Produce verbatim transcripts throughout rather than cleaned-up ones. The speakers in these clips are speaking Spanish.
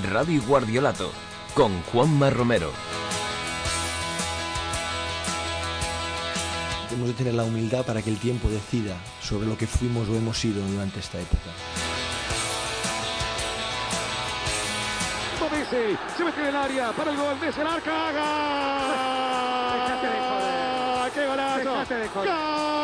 Radio Guardiolato con Juanma Romero. Hemos de tener la humildad para que el tiempo decida sobre lo que fuimos o hemos sido durante esta época. Messi se mete en el área para el gol de Arca. ¡Gol! ¡Qué golazo! ¡Gol!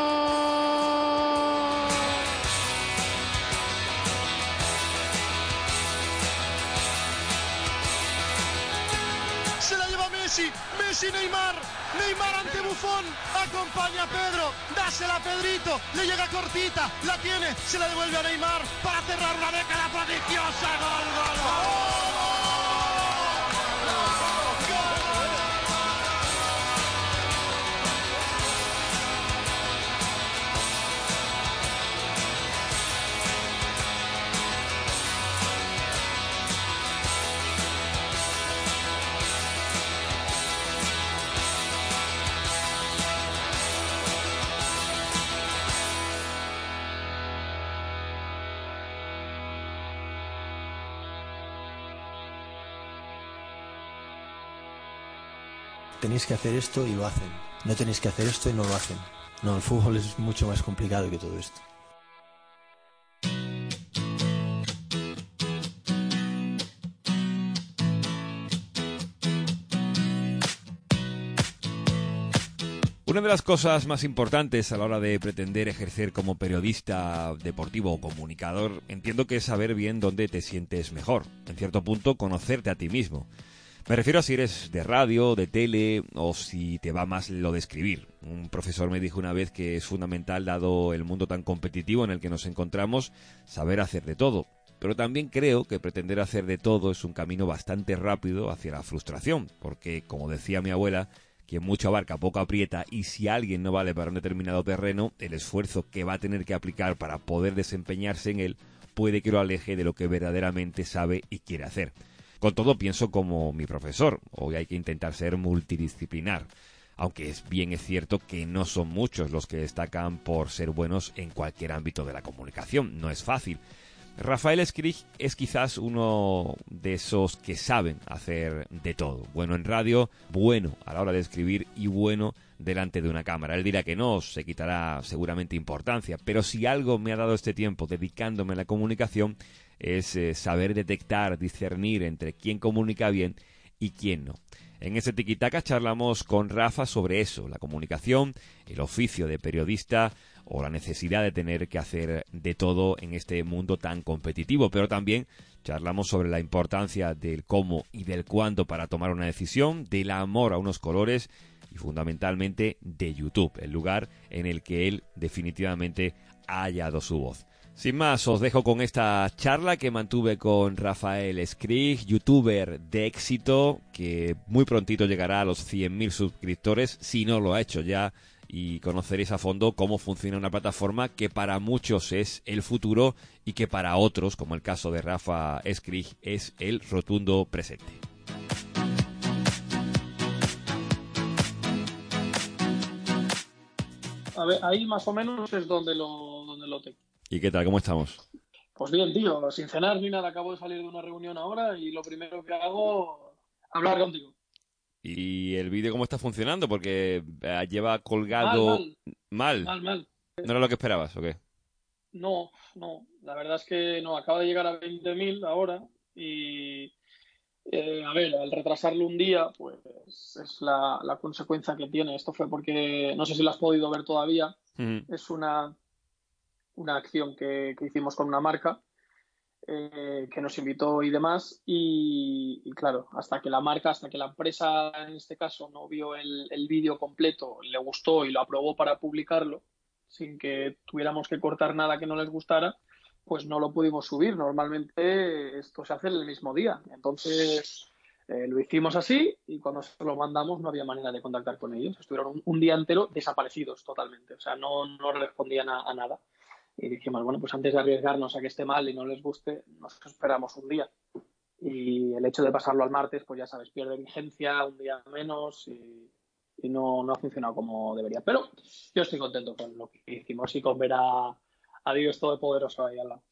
Se la lleva Messi, Messi Neymar, Neymar ante Buffon, acompaña a Pedro, dásela a Pedrito, le llega cortita, la tiene, se la devuelve a Neymar para cerrar una década prodigiosa. Gol, gol, gol. Tenéis que hacer esto y lo hacen. No tenéis que hacer esto y no lo hacen. No, el fútbol es mucho más complicado que todo esto. Una de las cosas más importantes a la hora de pretender ejercer como periodista deportivo o comunicador, entiendo que es saber bien dónde te sientes mejor. En cierto punto, conocerte a ti mismo. Me refiero a si eres de radio, de tele o si te va más lo de escribir. Un profesor me dijo una vez que es fundamental, dado el mundo tan competitivo en el que nos encontramos, saber hacer de todo. Pero también creo que pretender hacer de todo es un camino bastante rápido hacia la frustración, porque, como decía mi abuela, quien mucho abarca poco aprieta, y si alguien no vale para un determinado terreno, el esfuerzo que va a tener que aplicar para poder desempeñarse en él puede que lo aleje de lo que verdaderamente sabe y quiere hacer. Con todo, pienso como mi profesor, hoy hay que intentar ser multidisciplinar, aunque es bien es cierto que no son muchos los que destacan por ser buenos en cualquier ámbito de la comunicación, no es fácil. Rafael Escrig es quizás uno de esos que saben hacer de todo, bueno en radio, bueno a la hora de escribir y bueno delante de una cámara. Él dirá que no, se quitará seguramente importancia, pero si algo me ha dado este tiempo dedicándome a la comunicación es eh, saber detectar, discernir entre quién comunica bien y quién no. En ese tiquitaca charlamos con Rafa sobre eso, la comunicación, el oficio de periodista o la necesidad de tener que hacer de todo en este mundo tan competitivo, pero también charlamos sobre la importancia del cómo y del cuándo para tomar una decisión, del amor a unos colores y fundamentalmente de YouTube, el lugar en el que él definitivamente ha hallado su voz. Sin más, os dejo con esta charla que mantuve con Rafael Escrig, youtuber de éxito, que muy prontito llegará a los cien mil suscriptores, si no lo ha hecho ya, y conoceréis a fondo cómo funciona una plataforma que para muchos es el futuro y que para otros, como el caso de Rafa Escrig, es el rotundo presente. A ver, ahí más o menos es donde lo, donde lo tengo. ¿Y qué tal? ¿Cómo estamos? Pues bien, tío, sin cenar ni nada, acabo de salir de una reunión ahora y lo primero que hago, hablar contigo. ¿Y el vídeo cómo está funcionando? Porque eh, lleva colgado... Mal, ¿Mal? mal, mal. ¿No era lo que esperabas o qué? No, no, la verdad es que no, acaba de llegar a veinte mil ahora y, eh, a ver, al retrasarlo un día, pues es la, la consecuencia que tiene. Esto fue porque, no sé si lo has podido ver todavía, Mm. es una... una acción que, que hicimos con una marca eh, que nos invitó y demás y, y claro, hasta que la marca, hasta que la empresa en este caso no vio el, el vídeo completo, le gustó y lo aprobó para publicarlo sin que tuviéramos que cortar nada que no les gustara, pues no lo pudimos subir. Normalmente esto se hace el mismo día, entonces eh, lo hicimos así y cuando se lo mandamos no había manera de contactar con ellos, estuvieron un, un día entero desaparecidos totalmente, o sea, no, no respondían a, a nada. Y dijimos, bueno, pues antes de arriesgarnos a que esté mal y no les guste, nos esperamos un día. Y el hecho de pasarlo al martes, pues ya sabes, pierde vigencia, un día menos y, y no, no ha funcionado como debería. Pero yo estoy contento con lo que hicimos y con ver a, a Dios Todopoderoso ahí al lado.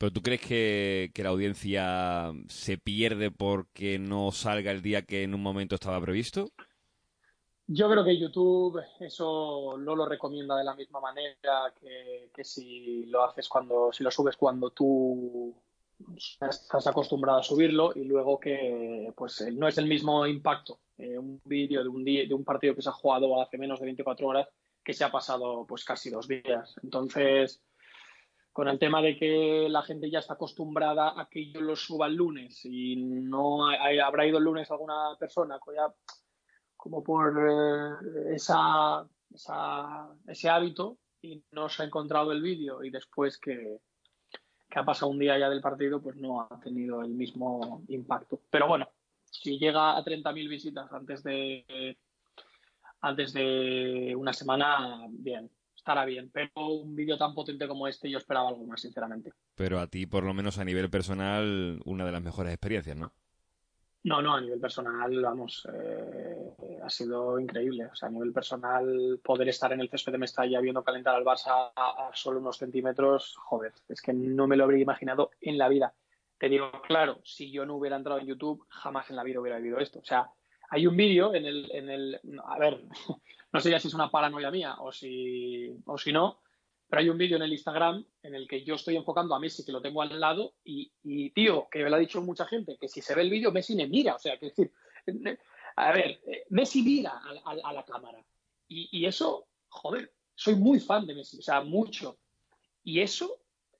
¿Pero tú crees que, que la audiencia se pierde porque no salga el día que en un momento estaba previsto? Yo creo que YouTube eso no lo recomienda de la misma manera que, que si lo haces cuando, si lo subes cuando tú estás acostumbrado a subirlo, y luego que pues no es el mismo impacto eh, un vídeo de un día, de un partido que se ha jugado hace menos de veinticuatro horas que se ha pasado pues casi dos días. Entonces, con el tema de que la gente ya está acostumbrada a que yo lo suba el lunes y no hay, habrá ido el lunes alguna persona que ya, como por eh, esa, esa, ese hábito, y no se ha encontrado el vídeo, y después que, que ha pasado un día ya del partido, pues no ha tenido el mismo impacto. Pero bueno, si llega a treinta mil visitas antes de antes de una semana, bien, estará bien. Pero un vídeo tan potente como este yo esperaba algo más, sinceramente. Pero a ti, por lo menos a nivel personal, una de las mejores experiencias, ¿no? No, no, a nivel personal, vamos, eh, ha sido increíble. O sea, a nivel personal, poder estar en el césped de Mestalla viendo calentar al Barça a, a solo unos centímetros, joder, es que no me lo habría imaginado en la vida. Te digo, claro, si yo no hubiera entrado en YouTube, jamás en la vida hubiera vivido esto. O sea, hay un vídeo en el, en el, a ver, no sé ya si es una paranoia mía o si, o si no, pero hay un vídeo en el Instagram en el que yo estoy enfocando a Messi, que lo tengo al lado, y, y tío, que me lo ha dicho mucha gente, que si se ve el vídeo, Messi me mira. O sea, que decir, a ver, Messi mira a, a, a la cámara. Y, y eso, joder, soy muy fan de Messi, o sea, mucho. Y eso,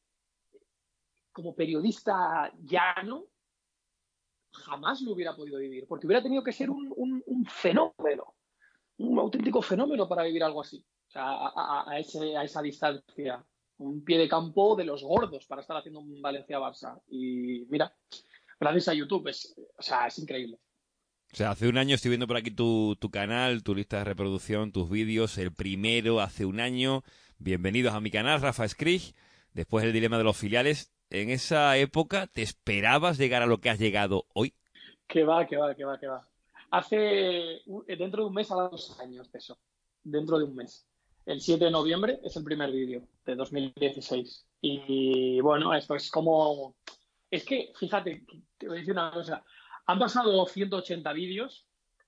como periodista llano, jamás lo hubiera podido vivir, porque hubiera tenido que ser un, un, un fenómeno, un auténtico fenómeno para vivir algo así. O sea, a, a, a, ese, a esa distancia, un pie de campo de los gordos para estar haciendo un Valencia-Barça. Y mira, gracias a YouTube, es, o sea, es increíble. O sea, hace un año estoy viendo por aquí tu, tu canal, tu lista de reproducción, tus vídeos, el primero hace un año. Bienvenidos a mi canal, Rafa Escrig. Después el dilema de los filiales. ¿En esa época te esperabas llegar a lo que has llegado hoy? Que va, que va, que va, que va. Hace, dentro de un mes, a dos años de eso. Dentro de un mes. El siete de noviembre es el primer vídeo de dos mil dieciséis. Y bueno, esto es como... Es que, fíjate, te voy a decir una cosa. Han pasado ciento ochenta vídeos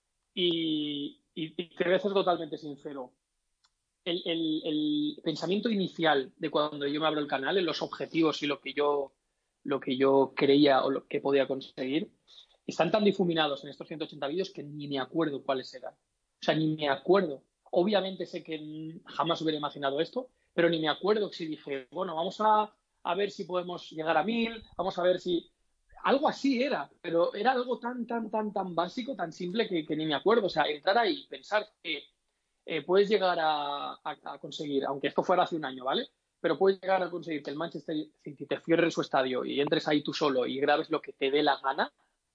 y, y, y te voy a ser totalmente sincero. El, el, el pensamiento inicial de cuando yo me abro el canal, en los objetivos y lo que yo, lo que yo creía o lo que podía conseguir, están tan difuminados en estos ciento ochenta vídeos que ni me acuerdo cuáles eran. O sea, ni me acuerdo. Obviamente sé que jamás hubiera imaginado esto, pero ni me acuerdo si dije, bueno, vamos a, a ver si podemos llegar a mil, vamos a ver si... Algo así era, pero era algo tan, tan, tan, tan básico, tan simple que, que ni me acuerdo. O sea, entrar ahí, pensar que eh, puedes llegar a, a, a conseguir, aunque esto fuera hace un año, ¿vale? Pero puedes llegar a conseguir que el Manchester City te cierre su estadio y entres ahí tú solo y grabes lo que te dé la gana.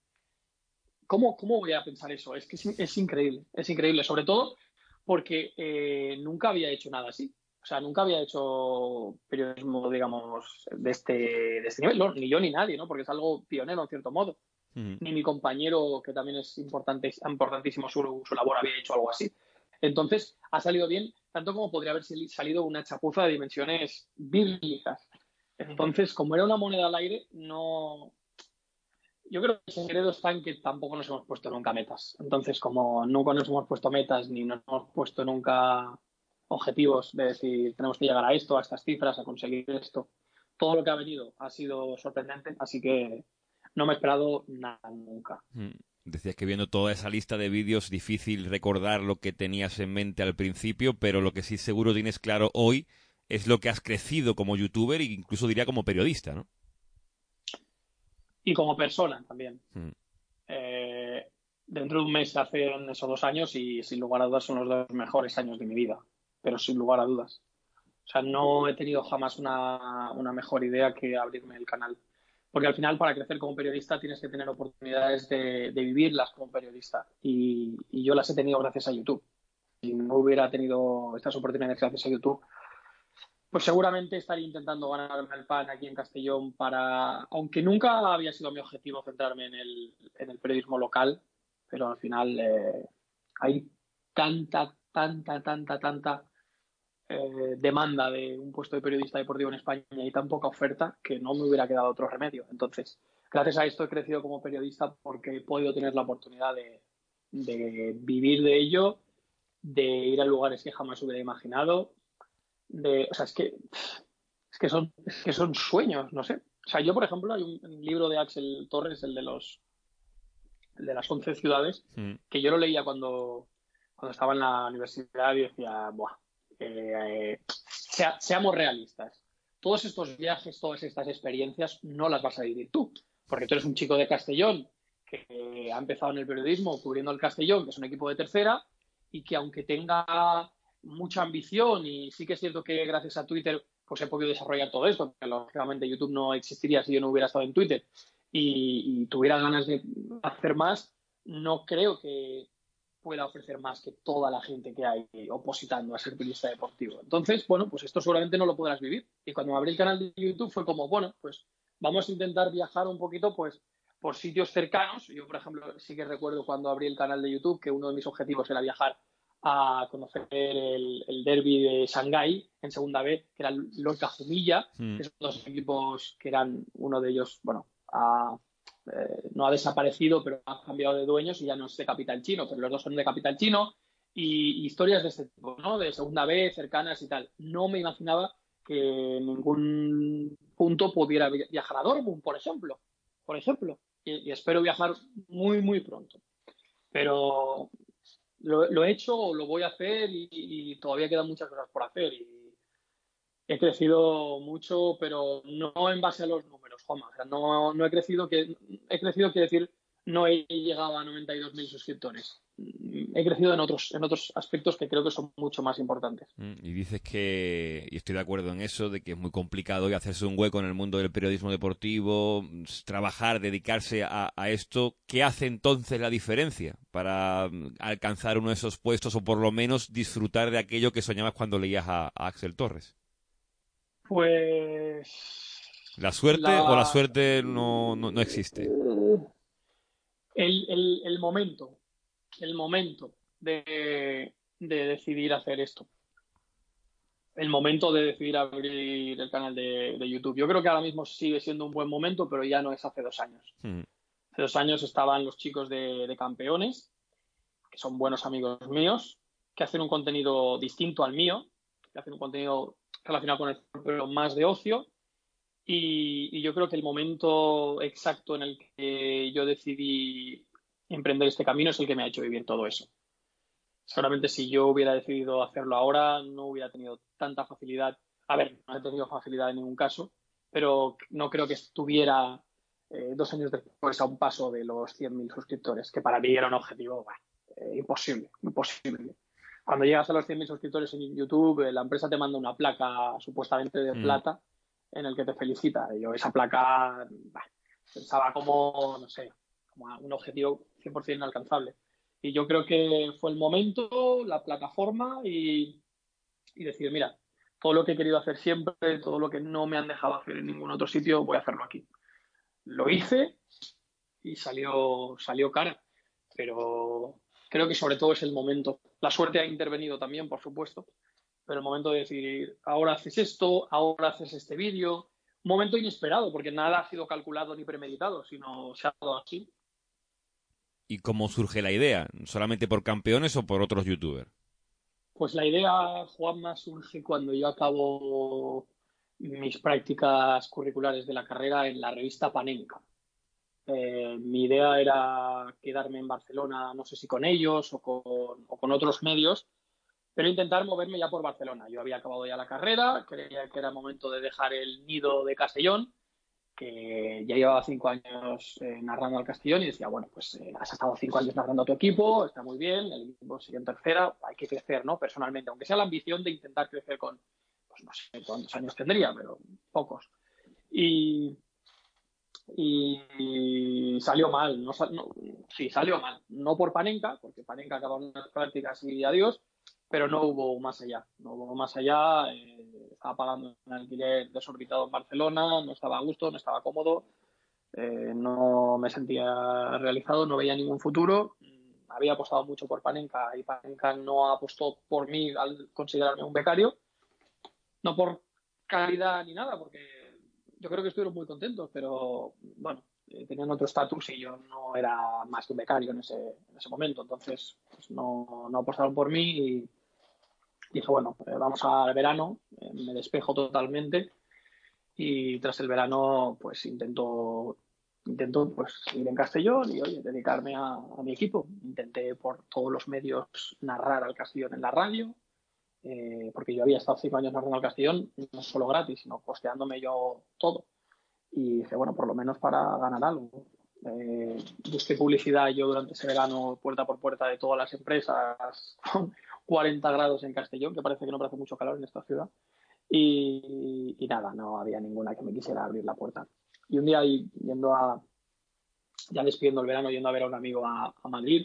¿Cómo, cómo voy a pensar eso? Es que es, es increíble, es increíble, sobre todo porque eh, nunca había hecho nada así. O sea, nunca había hecho periodismo, digamos, de este, de este nivel, no, ni yo ni nadie, ¿no? Porque es algo pionero, en cierto modo. Uh-huh. Ni mi compañero, que también es importante, importantísimo su, su labor, había hecho algo así. Entonces, ha salido bien, tanto como podría haber salido una chapuza de dimensiones bíblicas. Entonces, como era una moneda al aire, no... Yo creo que el secreto está en que tampoco nos hemos puesto nunca metas. Entonces, como nunca nos hemos puesto metas ni nos hemos puesto nunca objetivos de decir tenemos que llegar a esto, a estas cifras, a conseguir esto, todo lo que ha venido ha sido sorprendente, así que no me he esperado nada nunca. Mm. Decías que viendo toda esa lista de vídeos, difícil recordar lo que tenías en mente al principio, pero lo que sí seguro tienes claro hoy es lo que has crecido como youtuber e incluso diría como periodista, ¿no? Y como persona también. Mm. Eh, dentro de un mes se hacen esos dos años y sin lugar a dudas son los dos mejores años de mi vida, pero sin lugar a dudas. O sea, no he tenido jamás una, una mejor idea que abrirme el canal. Porque al final, para crecer como periodista, tienes que tener oportunidades de, de vivirlas como periodista. Y, y yo las he tenido gracias a YouTube. Si no hubiera tenido estas oportunidades gracias a YouTube, pues seguramente estaría intentando ganarme el pan aquí en Castellón para... Aunque nunca había sido mi objetivo centrarme en el, en el periodismo local, pero al final eh, hay tanta, tanta, tanta, tanta eh, demanda de un puesto de periodista deportivo en España y tan poca oferta que no me hubiera quedado otro remedio. Entonces, gracias a esto he crecido como periodista porque he podido tener la oportunidad de, de vivir de ello, de ir a lugares que jamás hubiera imaginado. De, o sea, es que, es que son, es que son sueños, no sé. O sea, yo, por ejemplo, hay un, un libro de Axel Torres, el de los el de las once ciudades, mm. que yo lo leía cuando, cuando estaba en la universidad y decía, buah, eh, eh, sea, seamos realistas. Todos estos viajes, todas estas experiencias no las vas a vivir tú, porque tú eres un chico de Castellón que ha empezado en el periodismo cubriendo el Castellón, que es un equipo de tercera, y que aunque tenga mucha ambición, y sí que es cierto que gracias a Twitter pues he podido desarrollar todo esto, que lógicamente YouTube no existiría si yo no hubiera estado en Twitter, y, y tuviera ganas de hacer más, no creo que pueda ofrecer más que toda la gente que hay opositando a ser periodista deportivo. Entonces, bueno, pues esto seguramente no lo podrás vivir. Y cuando me abrí el canal de YouTube fue como, bueno, pues vamos a intentar viajar un poquito pues por sitios cercanos. Yo, por ejemplo, sí que recuerdo cuando abrí el canal de YouTube que uno de mis objetivos era viajar a conocer el, el derbi de Shanghái en segunda B, que era el Lorca Jumilla, mm. que son dos equipos que eran, uno de ellos, bueno, a, eh, no ha desaparecido, pero ha cambiado de dueños y ya no es de capital chino, pero los dos son de capital chino, y, y historias de este tipo, ¿no? De segunda B, cercanas y tal. No me imaginaba que en ningún punto pudiera viajar a Dortmund, por ejemplo, por ejemplo, y, y espero viajar muy, muy pronto. Pero Lo, lo he hecho o lo voy a hacer y, y todavía quedan muchas cosas por hacer y he crecido mucho, pero no en base a los números, Juanma. O sea, no, no he crecido, que he crecido quiere decir no he llegado a noventa y dos mil suscriptores. He crecido en otros, en otros aspectos que creo que son mucho más importantes. Y dices que, y estoy de acuerdo en eso, de que es muy complicado y hacerse un hueco en el mundo del periodismo deportivo, trabajar, dedicarse a, a esto. ¿Qué hace entonces la diferencia para alcanzar uno de esos puestos o por lo menos disfrutar de aquello que soñabas cuando leías a, a Axel Torres? Pues... ¿La suerte la... o la suerte no, no, no existe? El, el, el momento, el momento de, de decidir hacer esto. El momento de decidir abrir el canal de, de YouTube. Yo creo que ahora mismo sigue siendo un buen momento, pero ya no es hace dos años. Hmm. Hace dos años estaban los chicos de, de Campeones, que son buenos amigos míos, que hacen un contenido distinto al mío, que hacen un contenido relacionado con el fútbol, pero más de ocio. Y, y yo creo que el momento exacto en el que yo decidí emprender este camino es el que me ha hecho vivir todo eso. Seguramente si yo hubiera decidido hacerlo ahora no hubiera tenido tanta facilidad. A ver, no he tenido facilidad en ningún caso, pero no creo que estuviera eh, dos años después a un paso de los cien mil suscriptores, que para mí era un objetivo bah, eh, imposible, imposible. Cuando llegas a los cien mil suscriptores en YouTube, eh, la empresa te manda una placa supuestamente de mm. plata en el que te felicita. Yo esa placa bah, pensaba como, no sé, como un objetivo cien por ciento inalcanzable. Y yo creo que fue el momento, la plataforma y, y decir, mira, todo lo que he querido hacer siempre, todo lo que no me han dejado hacer en ningún otro sitio, voy a hacerlo aquí. Lo hice y salió, salió cara, pero creo que sobre todo es el momento. La suerte ha intervenido también, por supuesto, pero el momento de decir, ahora haces esto, ahora haces este vídeo, un momento inesperado, porque nada ha sido calculado ni premeditado, sino se ha dado así. ¿Y cómo surge la idea? ¿Solamente por Campeones o por otros youtubers? Pues la idea, Juanma, surge cuando yo acabo mis prácticas curriculares de la carrera en la revista Panenka. Eh, mi idea era quedarme en Barcelona, no sé si con ellos o con, o con otros medios, pero intentar moverme ya por Barcelona. Yo había acabado ya la carrera, creía que era momento de dejar el nido de Castellón, que ya llevaba cinco años eh, narrando al Castellón y decía, bueno, pues eh, has estado cinco años narrando a tu equipo, está muy bien, el equipo sigue en tercera, hay que crecer, ¿no? Personalmente, aunque sea la ambición de intentar crecer con, pues no sé cuántos años tendría, pero pocos. Y, y, y salió mal, no, no, sí, salió mal, no por Panenka, porque Panenka acabó unas prácticas y adiós, pero no hubo más allá, no hubo más allá, eh, estaba pagando un alquiler desorbitado en Barcelona, no estaba a gusto, no estaba cómodo, eh, no me sentía realizado, no veía ningún futuro, había apostado mucho por Panenka y Panenka no apostó por mí al considerarme un becario no por calidad ni nada, porque yo creo que estuvieron muy contentos, pero bueno, eh, tenían otro estatus y yo no era más que un becario en ese, en ese momento, entonces pues no, no apostaron por mí y dije, bueno, eh, vamos al verano, eh, me despejo totalmente y tras el verano pues intento, intento pues ir en Castellón y oye, dedicarme a, a mi equipo. Intenté por todos los medios narrar al Castellón en la radio, eh, porque yo había estado cinco años narrando al Castellón, no solo gratis, sino costeándome yo todo. Y dije, bueno, por lo menos para ganar algo. Eh, busqué publicidad yo durante ese verano puerta por puerta de todas las empresas con cuarenta grados en Castellón, que parece que no hace mucho calor en esta ciudad. Y, y nada, no había ninguna que me quisiera abrir la puerta. Y un día yendo a, ya despidiendo el verano, yendo a ver a un amigo a, a Madrid,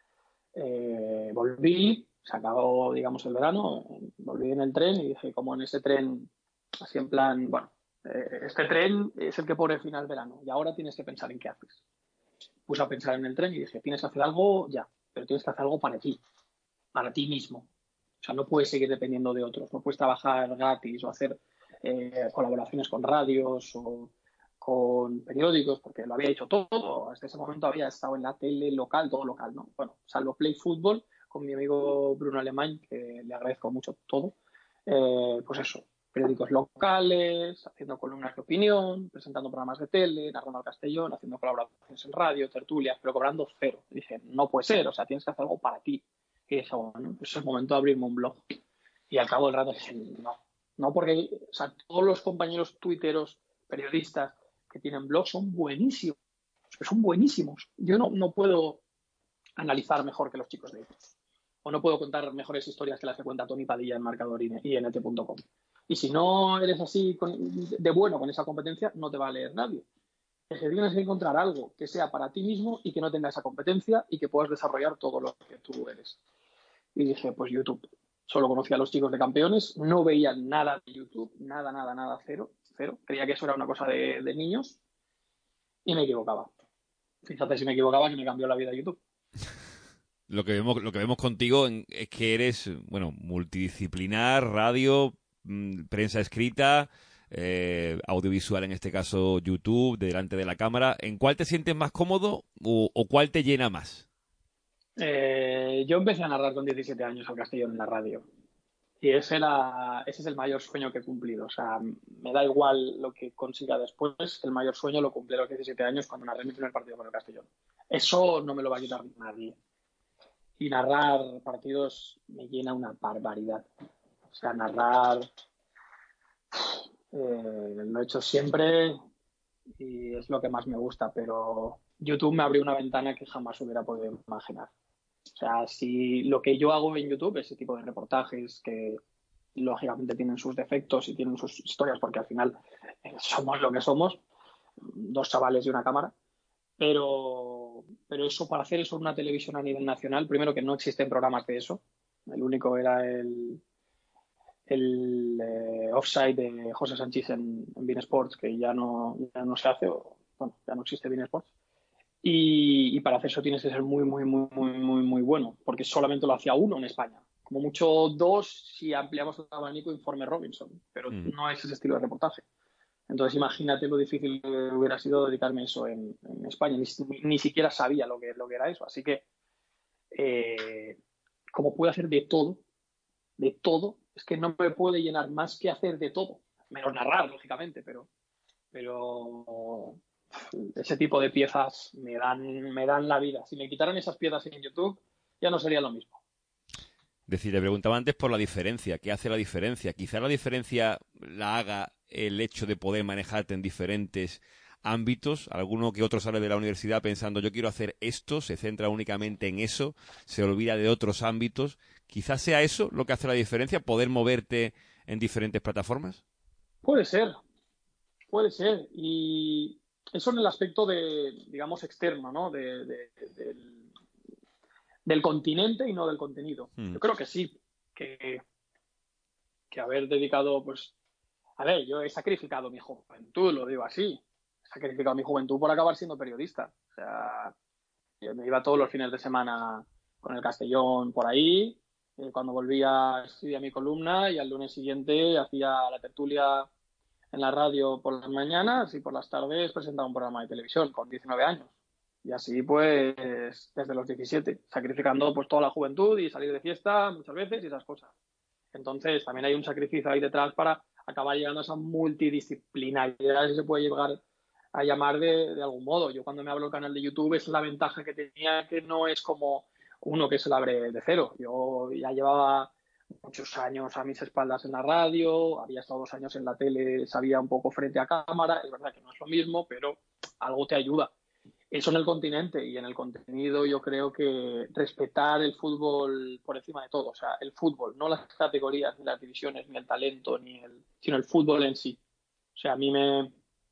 eh, volví, se acabó, digamos, el verano, volví en el tren y dije, como en ese tren, así en plan, bueno, eh, este tren es el que pone fin al verano y ahora tienes que pensar en qué haces. Puse a pensar en el tren y dije, tienes que hacer algo ya, pero tienes que hacer algo para ti, para ti mismo. O sea, no puedes seguir dependiendo de otros, no puedes trabajar gratis o hacer eh, colaboraciones con radios o con periódicos, porque lo había hecho todo. Hasta ese momento había estado en la tele local, todo local, ¿no? Bueno, salvo Play Fútbol, con mi amigo Bruno Alemán, que le agradezco mucho todo. Eh, pues eso, periódicos locales, haciendo columnas de opinión, presentando programas de tele, narrando al Castellón, haciendo colaboraciones en radio, tertulias, pero cobrando cero. Y dije, no puede ser, o sea, tienes que hacer algo para ti. Y dije, bueno, pues es el momento de abrirme un blog. Y al cabo del rato dije, no, no porque, o sea, todos los compañeros tuiteros, periodistas que tienen blogs son buenísimos, son buenísimos. Yo no, no puedo analizar mejor que los chicos de ellos. O no puedo contar mejores historias que las que cuenta Tony Padilla en Marcador y N T punto com. Y si no eres así con, de bueno con esa competencia, no te va a leer nadie. Es que tienes que encontrar algo que sea para ti mismo y que no tenga esa competencia y que puedas desarrollar todo lo que tú eres. Y dije, pues YouTube. Solo conocía a los chicos de Campeones, no veía nada de YouTube, nada, nada, nada, cero, cero. Creía que eso era una cosa de, de niños y me equivocaba. Fíjate si me equivocaba, que me cambió la vida YouTube. Lo que vemos, lo que vemos contigo es que eres, bueno, multidisciplinar, radio, prensa escrita, eh, audiovisual, en este caso YouTube, delante de la cámara. ¿En cuál te sientes más cómodo o, o cuál te llena más? Eh, yo empecé a narrar con diecisiete años al Castellón en la radio y ese, era, ese es el mayor sueño que he cumplido. O sea, me da igual lo que consiga después, el mayor sueño lo cumplí a los diecisiete años cuando narré mi primer partido con el Castellón. Eso no me lo va a quitar nadie. Y narrar partidos me llena una barbaridad. O sea, narrar eh, lo he hecho siempre y es lo que más me gusta, pero YouTube me abrió una ventana que jamás hubiera podido imaginar. O sea, si lo que yo hago en YouTube, ese tipo de reportajes que lógicamente tienen sus defectos y tienen sus historias, porque al final eh, somos lo que somos, dos chavales y una cámara, pero, pero eso, para hacer eso en una televisión a nivel nacional, primero que no existen programas de eso, el único era el, el eh, Offside de José Sánchez en, en beIN Sports, que ya no, ya no se hace, o bueno, ya no existe beIN Sports. Y, y para hacer eso tienes que ser muy, muy, muy, muy, muy, muy bueno, porque solamente lo hacía uno en España. Como mucho dos, si ampliamos el abanico, Informe Robinson, pero mm. no es ese estilo de reportaje. Entonces imagínate lo difícil que hubiera sido dedicarme a eso en, en España. Ni, ni siquiera sabía lo que, lo que era eso. Así que, eh, como puedo hacer de todo, de todo, es que no me puede llenar más que hacer de todo. Menos narrar, lógicamente, pero... pero ese tipo de piezas me dan, me dan la vida. Si me quitaran esas piezas en YouTube, ya no sería lo mismo. Es decir, te preguntaba antes por la diferencia. ¿Qué hace la diferencia? Quizá la diferencia la haga el hecho de poder manejarte en diferentes ámbitos. Alguno que otro sale de la universidad pensando yo quiero hacer esto, se centra únicamente en eso, se olvida de otros ámbitos. Quizás sea eso lo que hace la diferencia, poder moverte en diferentes plataformas. Puede ser, puede ser. Y eso en el aspecto de, digamos, externo, ¿no? De, de, de, del, del continente y no del contenido. Mm. Yo creo que sí, que, que haber dedicado, pues, a ver, yo he sacrificado mi juventud, lo digo así, he sacrificado mi juventud por acabar siendo periodista. O sea, yo me iba todos los fines de semana con el Castellón por ahí Eh, cuando volvía escribía mi columna y al lunes siguiente hacía la tertulia en la radio por las mañanas y por las tardes presentaba un programa de televisión con diecinueve años. Y así pues desde los diecisiete, sacrificando pues toda la juventud y salir de fiesta muchas veces y esas cosas. Entonces también hay un sacrificio ahí detrás para acabar llegando a esa multidisciplinaridad, si se puede llegar a llamar de, de algún modo. Yo cuando me abro el canal de YouTube es la ventaja que tenía, que no es como uno que se lo abre de cero. Yo ya llevaba muchos años a mis espaldas en la radio, había estado dos años en la tele, sabía un poco frente a cámara, es verdad que no es lo mismo, pero algo te ayuda. Eso en el continente, y en el contenido yo creo que respetar el fútbol por encima de todo, o sea, el fútbol, no las categorías, ni las divisiones, ni el talento, ni el, sino el fútbol en sí. O sea, a mí me,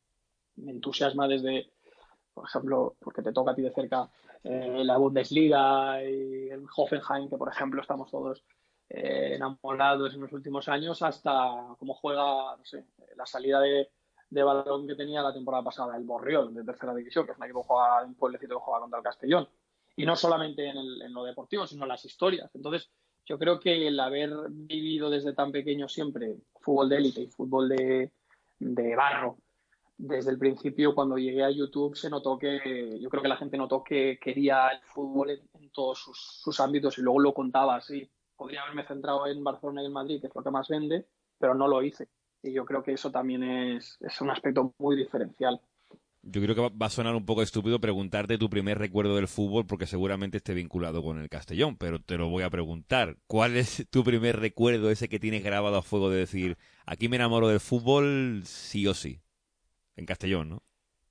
me entusiasma desde, por ejemplo, porque te toca a ti de cerca eh, la Bundesliga y el Hoffenheim, que por ejemplo estamos todos eh, enamorados en los últimos años, hasta cómo juega, no sé, la salida de, de balón que tenía la temporada pasada el Borriol, de tercera división, que es un equipo que juega, un pueblecito que juega contra el Castellón. Y no solamente en, el, en lo deportivo, sino en las historias. Entonces, yo creo que el haber vivido desde tan pequeño siempre fútbol de élite y fútbol de, de barro, desde el principio, cuando llegué a YouTube, se notó que, yo creo que la gente notó que quería el fútbol en, en todos sus, sus ámbitos, y luego lo contaba así. Podría haberme centrado en Barcelona y en Madrid, que es lo que más vende, pero no lo hice. Y yo creo que eso también es, es un aspecto muy diferencial. Yo creo que va a sonar un poco estúpido preguntarte tu primer recuerdo del fútbol, porque seguramente esté vinculado con el Castellón, pero te lo voy a preguntar. ¿Cuál es tu primer recuerdo, ese que tienes grabado a fuego de decir, aquí me enamoro del fútbol sí o sí? En Castellón, ¿no?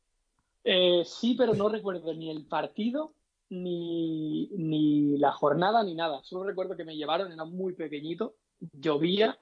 Eh, sí, pero no recuerdo ni el partido, ni, ni la jornada, ni nada. Solo recuerdo que me llevaron, era muy pequeñito, llovía.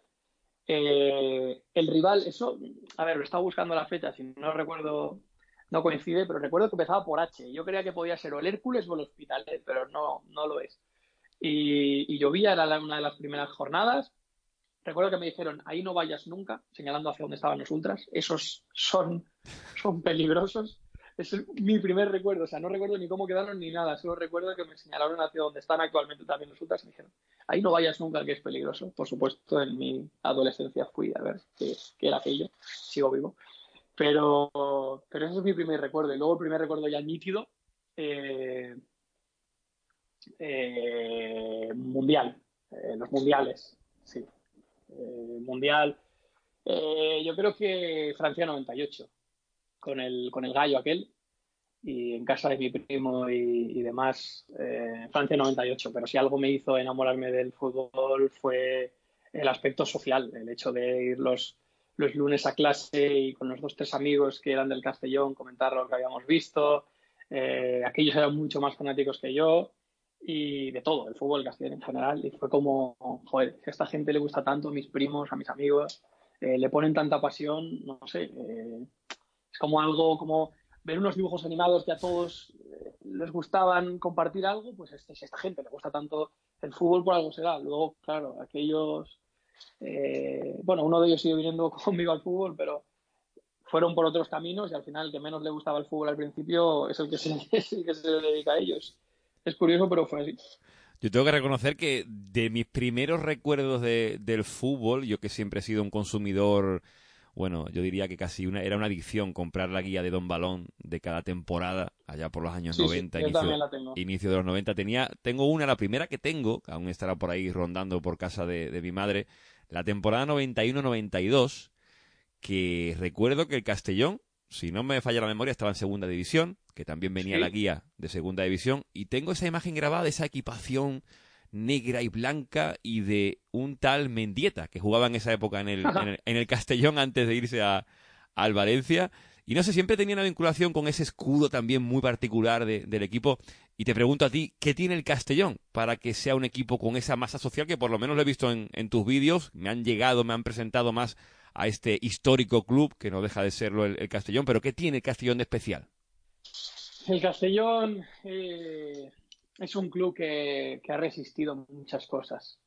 Eh, el rival, eso, a ver, lo estaba buscando la fecha, si no recuerdo, no coincide, pero recuerdo que empezaba por H. Yo creía que podía ser o el Hércules o el Hospitalet, pero no, no lo es. Y, y llovía, era la, una de las primeras jornadas. Recuerdo que me dijeron, ahí no vayas nunca, señalando hacia donde estaban los ultras. Esos son, son peligrosos. Es mi primer recuerdo, o sea, no recuerdo ni cómo quedaron ni nada, solo recuerdo que me señalaron hacia donde están actualmente también los ultras y me dijeron, ahí no vayas nunca, que es peligroso. Por supuesto, en mi adolescencia fui a ver qué, qué era aquello, sigo vivo. Pero, pero ese es mi primer recuerdo. Y luego el primer recuerdo ya nítido, eh, eh, mundial, eh, los mundiales, sí. Eh, mundial, eh, yo creo que Francia noventa y ocho. Con el, con el gallo aquel, y en casa de mi primo y, y demás, eh, Francia noventa y ocho. Pero si algo me hizo enamorarme del fútbol fue el aspecto social, el hecho de ir los, los lunes a clase y con los dos tres amigos que eran del Castellón comentar lo que habíamos visto. Eh, aquellos eran mucho más fanáticos que yo, y de todo, el fútbol castellano en general, y fue como, joder, si a esta gente le gusta tanto, a mis primos, a mis amigos, eh, le ponen tanta pasión, no sé, eh, es como algo, como ver unos dibujos animados que a todos eh, les gustaban compartir algo, pues este, si a esta gente le gusta tanto el fútbol, por algo será. Luego, claro, aquellos, eh, bueno, uno de ellos sigue viniendo conmigo al fútbol, pero fueron por otros caminos, y al final el que menos le gustaba el fútbol al principio es el que se, es el que se dedica a ellos. Es curioso, pero fue así. Yo tengo que reconocer que de mis primeros recuerdos de, del fútbol, yo que siempre he sido un consumidor, bueno, yo diría que casi una, era una adicción comprar la guía de Don Balón de cada temporada, allá por los años sí, noventa, sí, yo inicio, también la tengo. inicio de los noventa. Tenía, tengo una, la primera que tengo, que aún estará por ahí rondando por casa de, de mi madre, la temporada noventa y uno noventa y dos, que recuerdo que el Castellón, si no me falla la memoria, estaba en segunda división, que también venía Sí. la guía de segunda división, y tengo esa imagen grabada de esa equipación negra y blanca y de un tal Mendieta, que jugaba en esa época en el, en el, en el Castellón antes de irse a, al Valencia. Y no sé, siempre tenía una vinculación con ese escudo también muy particular de, del equipo. Y te pregunto a ti, ¿qué tiene el Castellón para que sea un equipo con esa masa social que por lo menos lo he visto en, en tus vídeos? Me han llegado, me han presentado más a este histórico club, que no deja de serlo el, el Castellón. Pero ¿qué tiene el Castellón de especial? El Castellón eh, es un club que, que ha resistido muchas cosas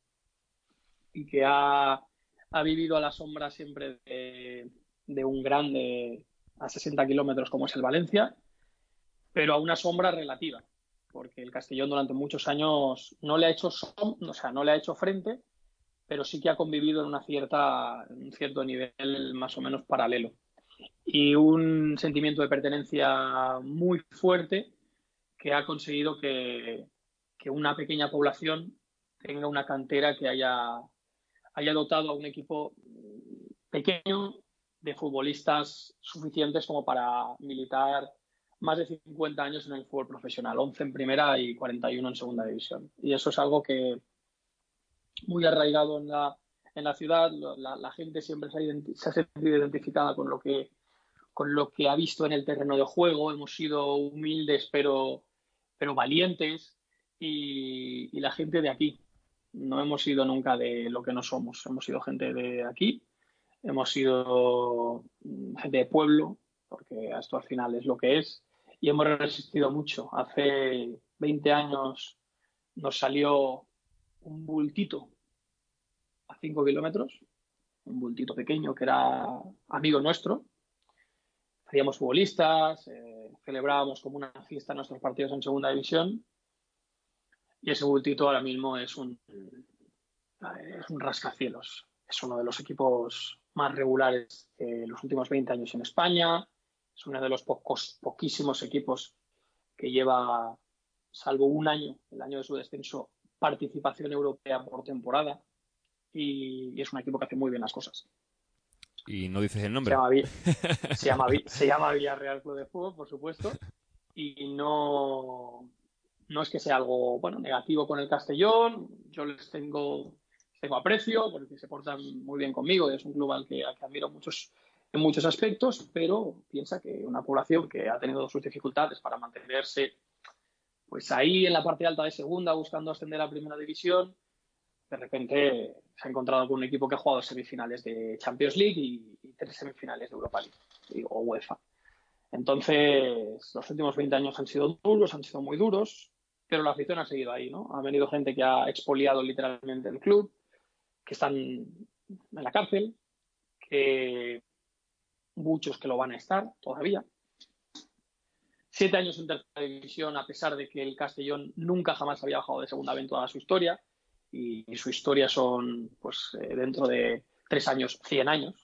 y que ha, ha vivido a la sombra siempre de, de un grande a sesenta kilómetros como es el Valencia, pero a una sombra relativa. porque el Castellón durante muchos años no le ha hecho, som- o sea, no le ha hecho frente, pero sí que ha convivido en una cierta, en un cierto nivel más o menos paralelo. Y un sentimiento de pertenencia muy fuerte que ha conseguido que, que una pequeña población tenga una cantera que haya, haya dotado a un equipo pequeño de futbolistas suficientes como para militar más de cincuenta años en el fútbol profesional, once en primera y cuarenta y uno en segunda división. Y eso es algo que muy arraigado en la, en la ciudad, la, la gente siempre se ha, identi- se ha sentido identificada con lo que con lo que ha visto en el terreno de juego. Hemos sido humildes pero, pero valientes y, y la gente de aquí. No hemos sido nunca de lo que no somos. Hemos sido gente de aquí, hemos sido gente de pueblo, porque esto al final es lo que es, y hemos resistido mucho. Hace veinte años nos salió un bultito a cinco kilómetros, un bultito pequeño que era amigo nuestro. Hacíamos futbolistas, eh, celebrábamos como una fiesta nuestros partidos en segunda división y ese bultito ahora mismo es un, es un rascacielos. Es uno de los equipos más regulares de los últimos veinte años en España. Es uno de los pocos, poquísimos equipos que lleva, salvo un año, el año de su descenso, participación europea por temporada y, y es un equipo que hace muy bien las cosas. Y no dices el Se nombre. llama, se llama, se llama Villarreal Club de Fútbol, por supuesto, y no, no es que sea algo bueno negativo con el Castellón. Yo les tengo, tengo aprecio porque se portan muy bien conmigo y es un club al que, al que admiro muchos, en muchos aspectos, pero piensa que una población que ha tenido sus dificultades para mantenerse pues ahí en la parte alta de segunda buscando ascender a primera división, de repente se ha encontrado con un equipo que ha jugado semifinales de Champions League y, y tres semifinales de Europa League o UEFA. Entonces, los últimos veinte años han sido duros, han sido muy duros, pero la afición ha seguido ahí, ¿no? Ha venido gente que ha expoliado literalmente el club, que están en la cárcel, que muchos que lo van a estar todavía. Siete años en tercera división, a pesar de que el Castellón nunca jamás había bajado de segunda vez en toda su historia, y, y su historia son, pues, eh, dentro de tres años, cien años.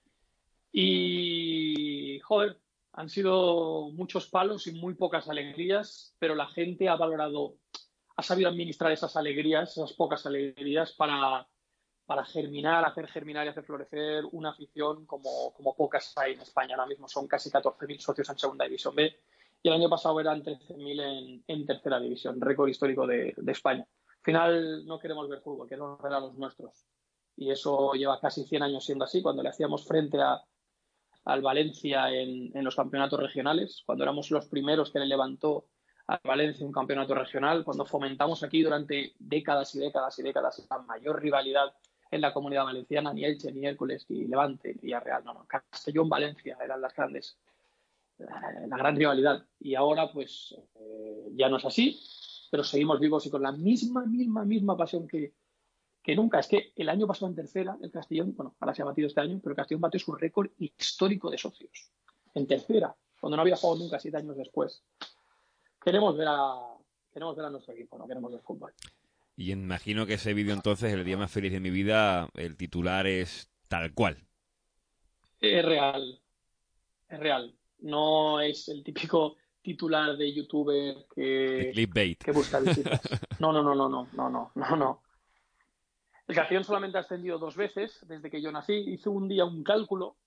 Y, joder, han sido muchos palos y muy pocas alegrías, pero la gente ha valorado, ha sabido administrar esas alegrías, esas pocas alegrías para, para germinar, hacer germinar y hacer florecer una afición como, como pocas hay en España. Ahora mismo son casi catorce mil socios en segunda división B y el año pasado eran trece mil en, en tercera división, récord histórico de, de España. Al final no queremos ver fútbol, queremos ver a los nuestros. Y eso lleva casi cien años siendo así. Cuando le hacíamos frente a al Valencia en, en los campeonatos regionales, cuando éramos los primeros que le levantó al Valencia un campeonato regional, cuando fomentamos aquí durante décadas y décadas y décadas la mayor rivalidad en la Comunidad Valenciana, ni Elche, ni Hércules, ni Levante, ni Villarreal, no, no, Castellón, Valencia eran las grandes, la, la gran rivalidad. Y ahora pues eh, ya no es así, pero seguimos vivos y con la misma, misma, misma pasión que que nunca. Es que el año pasado en tercera, el Castellón, bueno, ahora se ha batido este año, pero el Castellón batió su récord histórico de socios. En tercera, cuando no había jugado nunca siete años después. Queremos ver a, queremos ver a nuestro equipo, no queremos ver fútbol. Y imagino que ese vídeo entonces, el día más feliz de mi vida, el titular es tal cual. Es real, es real. No es el típico titular de youtuber que, clickbait. que busca visitas. No, no, no, no, no, no, no, no, no. El Castellón solamente ha ascendido dos veces desde que yo nací. Hice un día un cálculo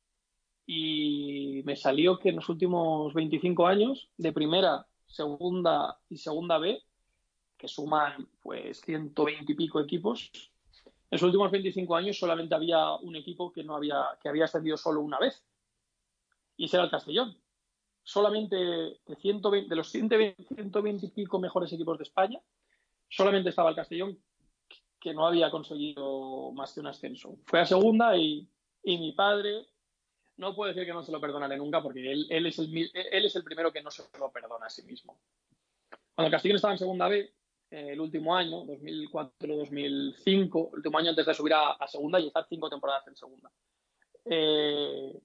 y me salió que en los últimos veinticinco años, de primera, segunda y segunda B, que suman pues ciento veinte y pico equipos, en los últimos veinticinco años solamente había un equipo que no había que había ascendido solo una vez, y ese era el Castellón. Solamente de, ciento veinte, de los ciento veinte, ciento veinte y pico mejores equipos de España, solamente estaba el Castellón, que no había conseguido más que un ascenso. Fue a segunda y, y mi padre, no puedo decir que no se lo perdonaré nunca, porque él, él, es el, él es el primero que no se lo perdona a sí mismo. Cuando el Castellón estaba en segunda B, eh, el último año, dos mil cuatro dos mil cinco, el último año antes de subir a, a segunda y estar cinco temporadas en segunda, eh,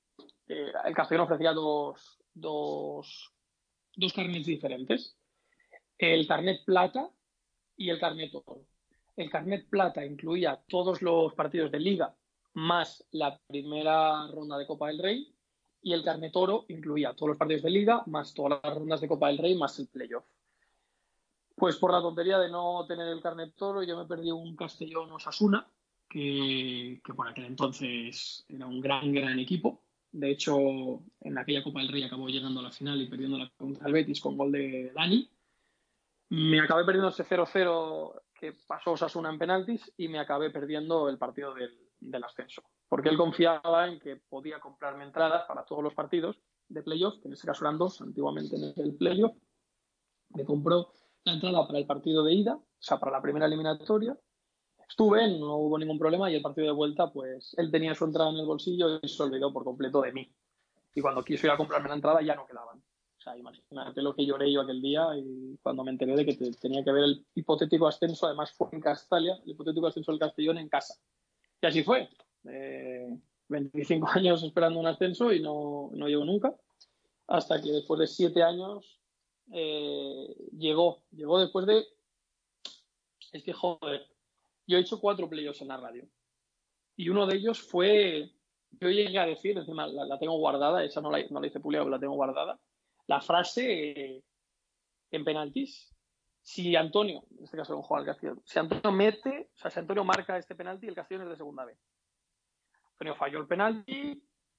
eh, el Castellón ofrecía dos, dos, dos carnets diferentes. el carnet plata y el carnet oro. El carnet plata incluía todos los partidos de Liga más la primera ronda de Copa del Rey, y el carnet oro incluía todos los partidos de Liga más todas las rondas de Copa del Rey más el playoff. Pues por la tontería de no tener el carnet oro, yo me perdí un Castellón Osasuna, que, que por aquel entonces era un gran, gran equipo. De hecho, en aquella Copa del Rey acabó llegando a la final y perdiendo la contra el Betis con gol de Dani. Me acabé perdiendo ese cero cero que pasó Osasuna en penaltis, y me acabé perdiendo el partido del, del ascenso, porque él confiaba en que podía comprarme entradas para todos los partidos de playoff, que en ese caso eran dos, antiguamente en el playoff. Me compró la entrada para el partido de ida, o sea, para la primera eliminatoria. Estuve, no hubo ningún problema, y el partido de vuelta, pues él tenía su entrada en el bolsillo y se olvidó por completo de mí. Y cuando quiso ir a comprarme la entrada ya no quedaban. O sea, imagínate lo que lloré yo aquel día, y cuando me enteré de que te, tenía que ver el hipotético ascenso, además fue en Castalia, el hipotético ascenso del Castellón en casa. Y así fue. Eh, veinticinco años esperando un ascenso y no, no llegó nunca, hasta que después de siete años eh, llegó. Llegó después de... Es que, joder, yo he hecho cuatro playoffs en la radio. Y uno de ellos fue... Yo llegué a decir, encima la, la tengo guardada, esa no la, no la hice publicar, pero la tengo guardada, la frase eh, en penaltis: si Antonio, en este caso no juega al Castellón, si Antonio mete, o sea, si Antonio marca este penalti, el Castellón es de segunda B. Antonio falló el penalti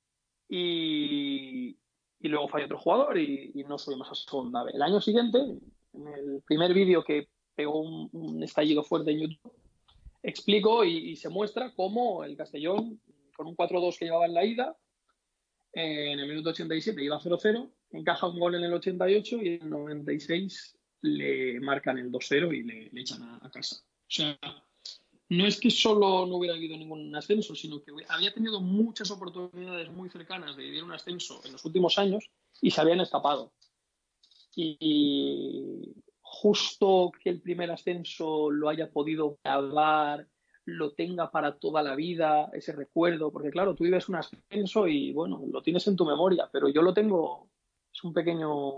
y, y luego falló otro jugador y, y no subimos a segunda B. El año siguiente, en el primer vídeo que pegó un, un estallido fuerte en YouTube, explico y, y se muestra cómo el Castellón, con un cuatro dos que llevaba en la ida, eh, en el minuto ochenta y siete iba cero cero, encaja un gol en el ochenta y ocho y en el noventa y seis le marcan el dos cero y le, le echan a, a casa. O sea, no es que solo no hubiera habido ningún ascenso, sino que había tenido muchas oportunidades muy cercanas de vivir un ascenso en los últimos años y se habían escapado. Y, y justo que el primer ascenso lo haya podido grabar, lo tenga para toda la vida, ese recuerdo, porque claro, tú vives un ascenso y bueno, lo tienes en tu memoria, pero yo lo tengo, es un pequeño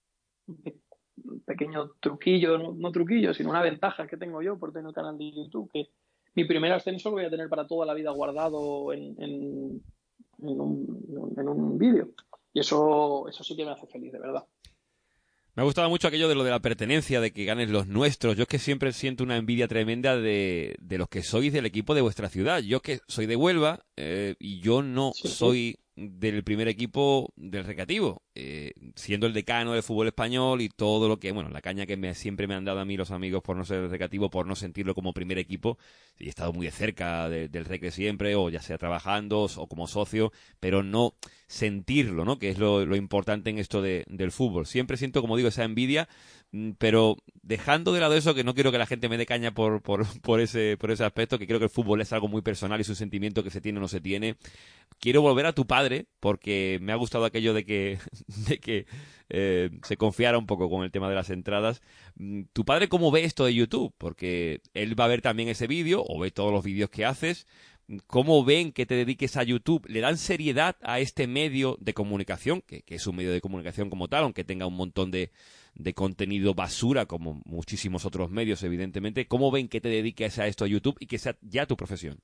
un pequeño truquillo, no, no truquillo, sino una ventaja que tengo yo por tener el canal de YouTube, que mi primer ascenso lo voy a tener para toda la vida guardado en, en, en un, en un vídeo, y eso, eso sí que me hace feliz, de verdad. Me ha gustado mucho aquello de lo de la pertenencia, de que ganen los nuestros. Yo es que siempre siento una envidia tremenda de, de los que sois del equipo de vuestra ciudad. Yo que soy de Huelva eh, y yo no Sí, soy sí. del primer equipo del Recreativo, eh, siendo el decano del fútbol español y todo lo que, bueno, la caña que me, siempre me han dado a mí los amigos por no ser del Recreativo, por no sentirlo como primer equipo. Y he estado muy de cerca de, del Recre siempre, o ya sea trabajando o como socio, pero no sentirlo, ¿no? Que es lo, lo importante en esto de, del fútbol. Siempre siento, como digo, esa envidia, pero dejando de lado eso, que no quiero que la gente me dé caña por, por, por, ese, por ese aspecto, que creo que el fútbol es algo muy personal y es un sentimiento que se tiene o no se tiene. Quiero volver a tu padre, porque me ha gustado aquello de que, de que eh, se confiara un poco con el tema de las entradas. ¿Tu padre cómo ve esto de YouTube? Porque él va a ver también ese vídeo, o ve todos los vídeos que haces. ¿Cómo ven que te dediques a YouTube? ¿Le dan seriedad a este medio de comunicación, que, que es un medio de comunicación como tal, aunque tenga un montón de, de contenido basura, como muchísimos otros medios, evidentemente? ¿Cómo ven que te dediques a esto a YouTube y que sea ya tu profesión?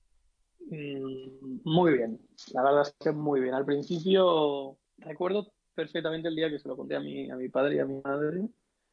Muy bien, la verdad es que muy bien. Al principio recuerdo perfectamente el día que se lo conté a mi, a mi padre y a mi madre.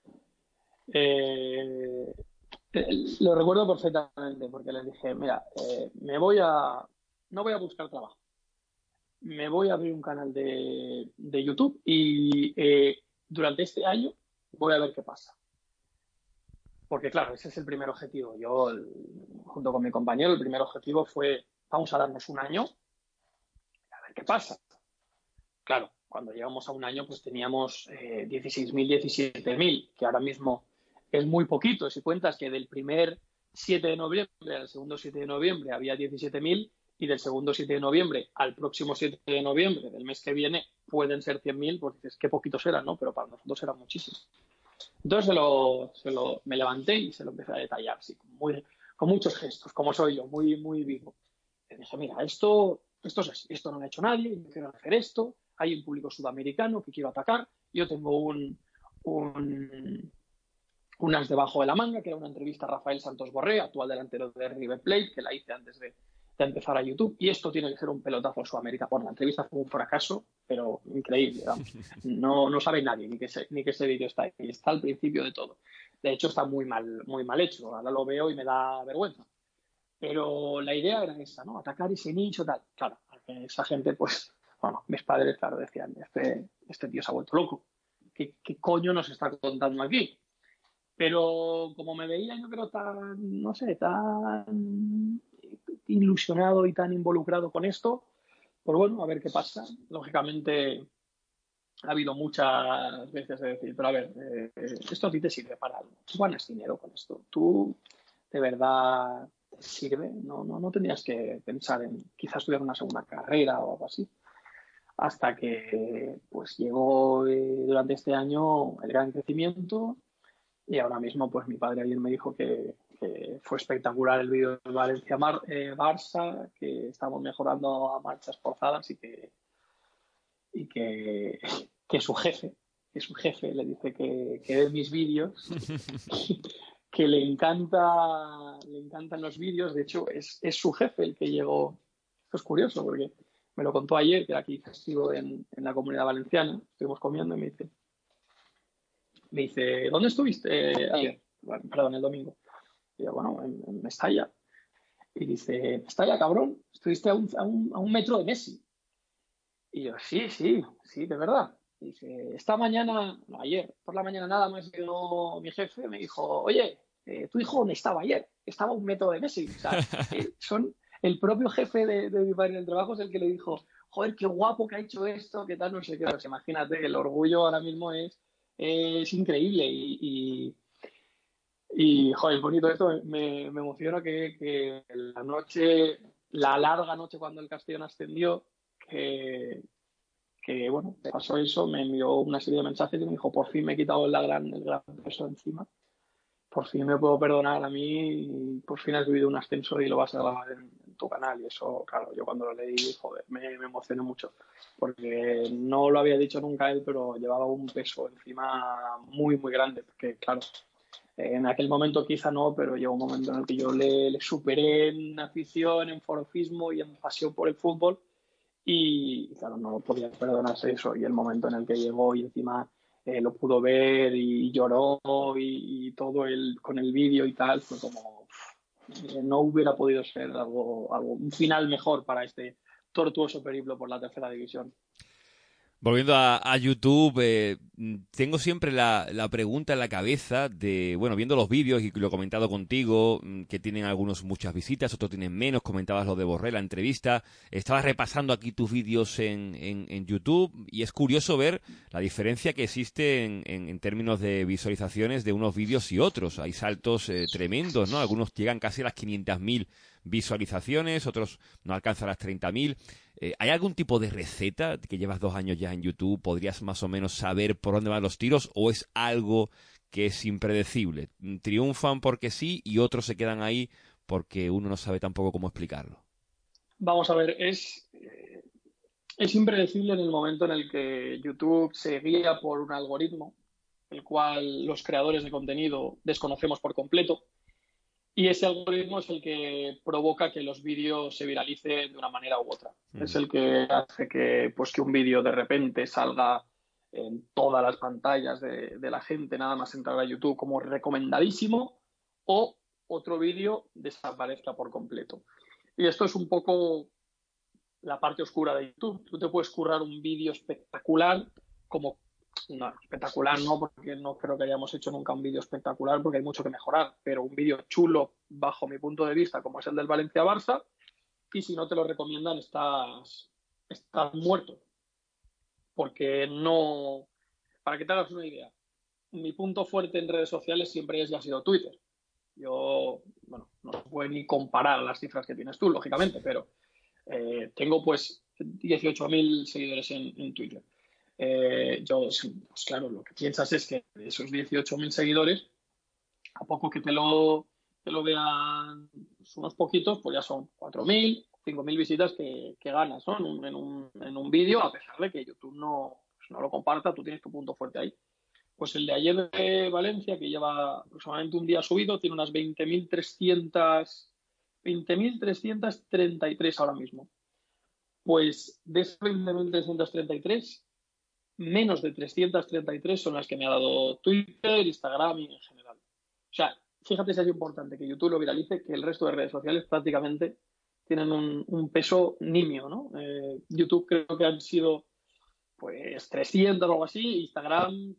Eh, lo recuerdo perfectamente porque les dije, mira, eh, me voy a, no voy a buscar trabajo, me voy a abrir un canal de, de YouTube y eh, durante este año voy a ver qué pasa. Porque claro, ese es el primer objetivo. Yo, el, junto con mi compañero, el primer objetivo fue: vamos a darnos un año a ver qué pasa. Claro, cuando llegamos a un año, pues teníamos eh, dieciséis mil, diecisiete mil, que ahora mismo es muy poquito. Si cuentas que del primer siete de noviembre al segundo siete de noviembre había diecisiete mil, y del segundo siete de noviembre al próximo siete de noviembre del mes que viene pueden ser cien mil, pues dices, qué poquitos eran, ¿no? Pero para nosotros eran muchísimos. Entonces se lo, se lo, me levanté y se lo empecé a detallar, sí, muy, con muchos gestos, como soy yo, muy, muy vivo. Le dije, mira, esto, esto es así, esto no lo ha hecho nadie, yo quiero hacer esto, hay un público sudamericano que quiero atacar, yo tengo un, un, unas debajo de la manga, que era una entrevista a Rafael Santos Borré, actual delantero de River Plate, que la hice antes de, de empezar a YouTube, y esto tiene que ser un pelotazo a Sudamérica. Bueno, la entrevista fue un fracaso, pero increíble, vamos. No, no sabe nadie ni que ese, ni que ese vídeo está ahí, está al principio de todo. De hecho, está muy mal, muy mal hecho, ahora lo veo y me da vergüenza. Pero la idea era esa, ¿no? Atacar ese nicho, tal. Claro, esa gente, pues, bueno, mis padres, claro, decían, este, este tío se ha vuelto loco. ¿Qué, qué coño nos está contando aquí? Pero como me veía, yo creo, tan, no sé, tan ilusionado y tan involucrado con esto, pues bueno, a ver qué pasa. Lógicamente, ha habido muchas veces de decir, pero a ver, eh, esto a ti te sirve para algo. Tú ganas dinero con esto. Tú, de verdad, te sirve. No, no, no tendrías que pensar en quizás estudiar una segunda carrera o algo así. Hasta que, pues, llegó eh, durante este año el gran crecimiento. Y ahora mismo, pues mi padre ayer me dijo que, que fue espectacular el vídeo de Valencia-Barça, eh, Barça, que estamos mejorando a marchas forzadas y que, y que, que su jefe, que su jefe le dice que, que ve mis vídeos, que, que le encanta, le encantan los vídeos. De hecho, es, es su jefe el que llegó. Esto es curioso porque me lo contó ayer, que era aquí festivo en, en la Comunidad Valenciana. Estuvimos comiendo y me dice... Me dice, ¿dónde estuviste ayer? Bueno, perdón, el domingo. Y yo, bueno, en, en Mestalla. Y dice, ¿Mestalla, cabrón? Estuviste a un, a, un, a un metro de Messi. Y yo, sí, sí, sí, de verdad. Y dice, esta mañana, no, ayer, por la mañana nada más llegó mi jefe, me dijo, oye, eh, ¿tu hijo dónde estaba ayer? Estaba a un metro de Messi. O sea, eh, son el propio jefe de, de mi padre en el trabajo es el que le dijo, joder, qué guapo que ha hecho esto, qué tal, no sé qué. Pues imagínate, el orgullo ahora mismo es... es increíble y, y, y joder, bonito esto, me, me emociona que, que la noche, la larga noche cuando el Castellón ascendió, que, que bueno, pasó eso, me envió una serie de mensajes y me dijo, por fin me he quitado la gran, el gran peso encima, por fin me puedo perdonar a mí y por fin has vivido un ascenso y lo vas a grabar en, en tu canal. Y eso, claro, yo cuando lo leí, joder, me, me emocioné mucho, porque no lo había dicho nunca él, pero llevaba un peso encima muy, muy grande, porque claro, en aquel momento quizá no, pero llegó un momento en el que yo le, le superé en afición, en forofismo y en pasión por el fútbol y claro, no podía perdonarse eso. Y el momento en el que llegó y encima eh, lo pudo ver y lloró y, y todo el, con el vídeo y tal, fue como pff, no hubiera podido ser algo, algo, un final mejor para este tortuoso periplo por la tercera división. Volviendo a, a YouTube, eh, tengo siempre la, la pregunta en la cabeza de, bueno, viendo los vídeos, y lo he comentado contigo, que tienen algunos muchas visitas, otros tienen menos, comentabas lo de Borré, la entrevista, estabas repasando aquí tus vídeos en, en, en YouTube, y es curioso ver la diferencia que existe en, en, en términos de visualizaciones de unos vídeos y otros. Hay saltos eh, tremendos, ¿no? Algunos llegan casi a las quinientas mil visualizaciones, otros no alcanzan las treinta mil. Eh, ¿Hay algún tipo de receta que llevas dos años ya en YouTube? ¿Podrías más o menos saber por dónde van los tiros o es algo que es impredecible? ¿Triunfan porque sí y otros se quedan ahí porque uno no sabe tampoco cómo explicarlo? Vamos a ver, es, eh, es impredecible en el momento en el que YouTube se guía por un algoritmo, el cual los creadores de contenido desconocemos por completo. Y ese algoritmo es el que provoca que los vídeos se viralicen de una manera u otra. Mm. Es el que hace que, pues, que un vídeo de repente salga en todas las pantallas de, de la gente, nada más entrar a YouTube, como recomendadísimo, o otro vídeo desaparezca por completo. Y esto es un poco la parte oscura de YouTube. Tú te puedes currar un vídeo espectacular como... No, espectacular no, porque no creo que hayamos hecho nunca un vídeo espectacular porque hay mucho que mejorar, pero un vídeo chulo bajo mi punto de vista como es el del Valencia-Barça, y si no te lo recomiendan estás, estás muerto, porque no... Para que te hagas una idea, mi punto fuerte en redes sociales siempre es y ha sido Twitter. Yo, bueno, no se puede ni comparar las cifras que tienes tú, lógicamente, pero eh, tengo pues dieciocho mil seguidores en, en Twitter. Eh, yo, pues claro, lo que piensas es que de esos dieciocho mil seguidores, a poco que te lo, te lo vean unos poquitos, pues ya son cuatro mil, cinco mil visitas que, que ganas, ¿no? En un, en un, en un vídeo, a pesar de que YouTube no, pues no lo comparta, tú tienes tu punto fuerte ahí. Pues el de ayer de Valencia, que lleva aproximadamente un día subido, tiene unas veinte mil trescientos treinta y tres ahora mismo. Pues de esas veinte mil trescientos treinta y tres, menos de trescientos treinta y tres son las que me ha dado Twitter, Instagram y en general. O sea, fíjate si es importante que YouTube lo viralice, que el resto de redes sociales prácticamente tienen un, un peso nimio, ¿no? Eh, YouTube creo que han sido pues trescientos o algo así, Instagram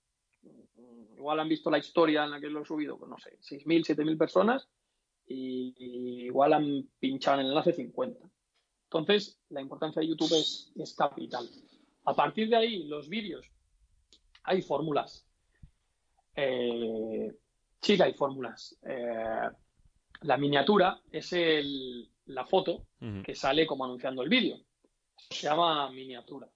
igual han visto la historia en la que lo he subido, pues no sé, seis mil, siete mil personas y, y igual han pinchado en el enlace cincuenta. Entonces, la importancia de YouTube es, es capital. A partir de ahí, los vídeos, hay fórmulas. Eh, sí que hay fórmulas. Eh, la miniatura es el, la foto uh-huh. que sale como anunciando el vídeo. Se llama miniatura.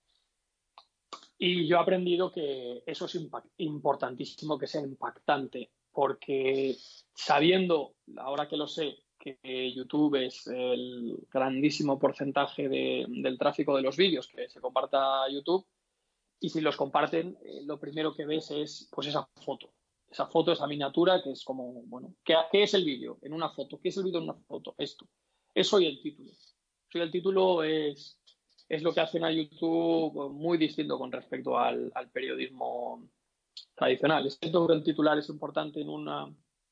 Y yo he aprendido que eso es impact- importantísimo, que sea impactante, porque sabiendo, ahora que lo sé, que YouTube es el grandísimo porcentaje de, del tráfico de los vídeos que se comparta a YouTube, y si los comparten, eh, lo primero que ves es pues esa foto, esa foto, esa miniatura, que es como, bueno, ¿qué, qué es el vídeo en una foto? ¿Qué es el vídeo en una foto? Esto. Eso y el título. Eso y el título es, es lo que hacen a YouTube muy distinto con respecto al, al periodismo tradicional. Es cierto que el titular es importante en una,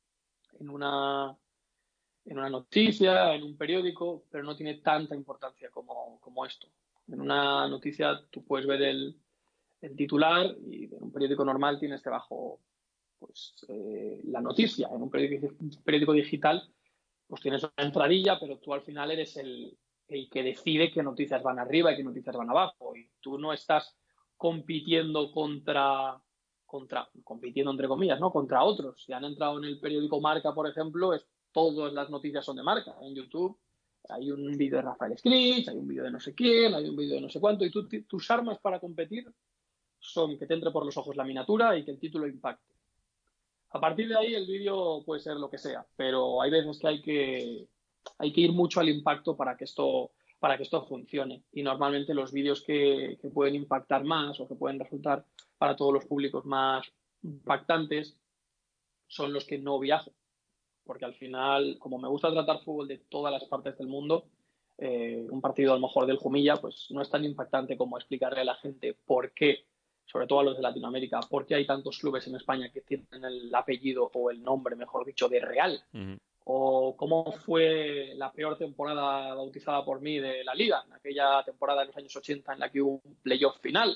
en una en una noticia, en un periódico, pero no tiene tanta importancia como, como esto. En una noticia tú puedes ver el, el titular y en un periódico normal tienes debajo pues, eh, la noticia. En un periódico, un periódico digital pues tienes una entradilla, pero tú al final eres el, el que decide qué noticias van arriba y qué noticias van abajo. Y tú no estás compitiendo contra, contra compitiendo entre comillas, ¿no? Contra otros. Si han entrado en el periódico Marca, por ejemplo, es todas las noticias son de Marca. En YouTube hay un vídeo de Rafael Scritch, hay un vídeo de no sé quién, hay un vídeo de no sé cuánto, y tú, tus armas para competir son que te entre por los ojos la miniatura y que el título impacte. A partir de ahí el vídeo puede ser lo que sea, pero hay veces que hay que, hay que ir mucho al impacto para que esto, para que esto funcione. Y normalmente los vídeos que, que pueden impactar más o que pueden resultar para todos los públicos más impactantes son los que no viajan. Porque al final, como me gusta tratar fútbol de todas las partes del mundo, eh, un partido a lo mejor del Jumilla pues no es tan impactante como explicarle a la gente por qué, sobre todo a los de Latinoamérica, por qué hay tantos clubes en España que tienen el apellido o el nombre, mejor dicho, de Real. Uh-huh. O cómo fue la peor temporada bautizada por mí de la Liga, en aquella temporada de los años ochenta en la que hubo un playoff final.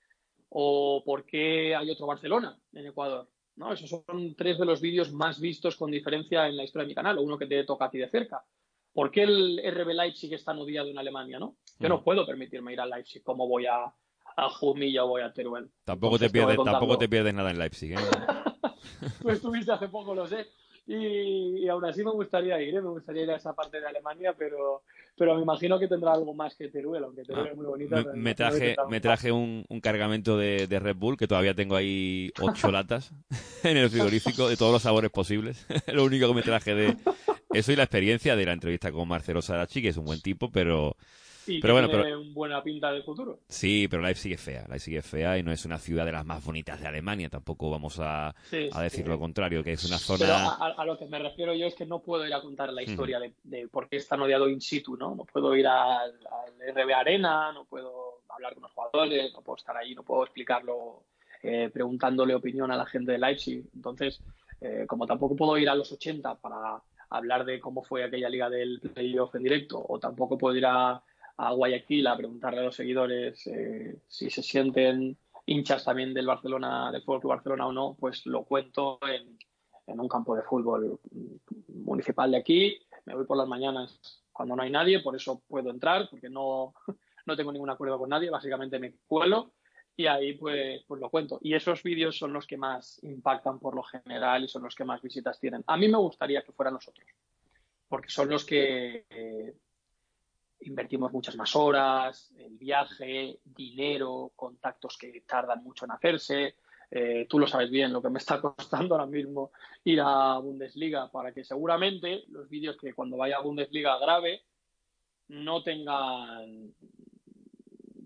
O por qué hay otro Barcelona en Ecuador. ¿No? Esos son tres de los vídeos más vistos con diferencia en la historia de mi canal, o uno que te toca a ti de cerca. ¿Por qué el R B Leipzig es tan odiado en Alemania? ¿no? Yo no puedo permitirme ir a Leipzig como voy a, a Jumilla o voy a Teruel. Tampoco, te pierdes, tampoco te pierdes nada en Leipzig. ¿eh? Tú estuviste hace poco, lo sé. Y, y aún así me gustaría ir, ¿eh? me gustaría ir a esa parte de Alemania, pero, pero me imagino que tendrá algo más que Teruel, aunque Teruel ah, es muy bonita. Me, me traje, me traje un, un cargamento de, de Red Bull, que todavía tengo ahí ocho latas en el frigorífico, de todos los sabores posibles. Lo único que me traje de eso y la experiencia de la entrevista con Marcelo Sarachi, que es un buen tipo, pero... Y pero bueno, tiene pero, buena pinta de futuro. Sí, pero Leipzig es fea. Leipzig es fea y no es una ciudad de las más bonitas de Alemania. Tampoco vamos a, sí, a decir sí. lo contrario, que es una zona... Pero a, a lo que me refiero yo es que no puedo ir a contar la historia uh-huh. de, de por qué están odiado in situ, ¿no? No puedo ir al, al R B Arena, no puedo hablar con los jugadores, no puedo estar ahí, no puedo explicarlo eh, preguntándole opinión a la gente de Leipzig. Entonces, eh, como tampoco puedo ir a los ochenta para hablar de cómo fue aquella liga del playoff en directo, o tampoco puedo ir a a Guayaquil a preguntarle a los seguidores eh, si se sienten hinchas también del Barcelona, del Fútbol Club Barcelona o no, pues lo cuento en, en un campo de fútbol municipal de aquí. Me voy por las mañanas cuando no hay nadie, por eso puedo entrar, porque no, no tengo ningún acuerdo con nadie, básicamente me cuelo y ahí pues, pues lo cuento. Y esos vídeos son los que más impactan por lo general y son los que más visitas tienen. A mí me gustaría que fueran los otros, porque son los que... Eh, invertimos muchas más horas, el viaje, dinero, contactos que tardan mucho en hacerse. Eh, tú lo sabes bien, lo que me está costando ahora mismo ir a Bundesliga para que seguramente los vídeos que cuando vaya a Bundesliga grabe no tengan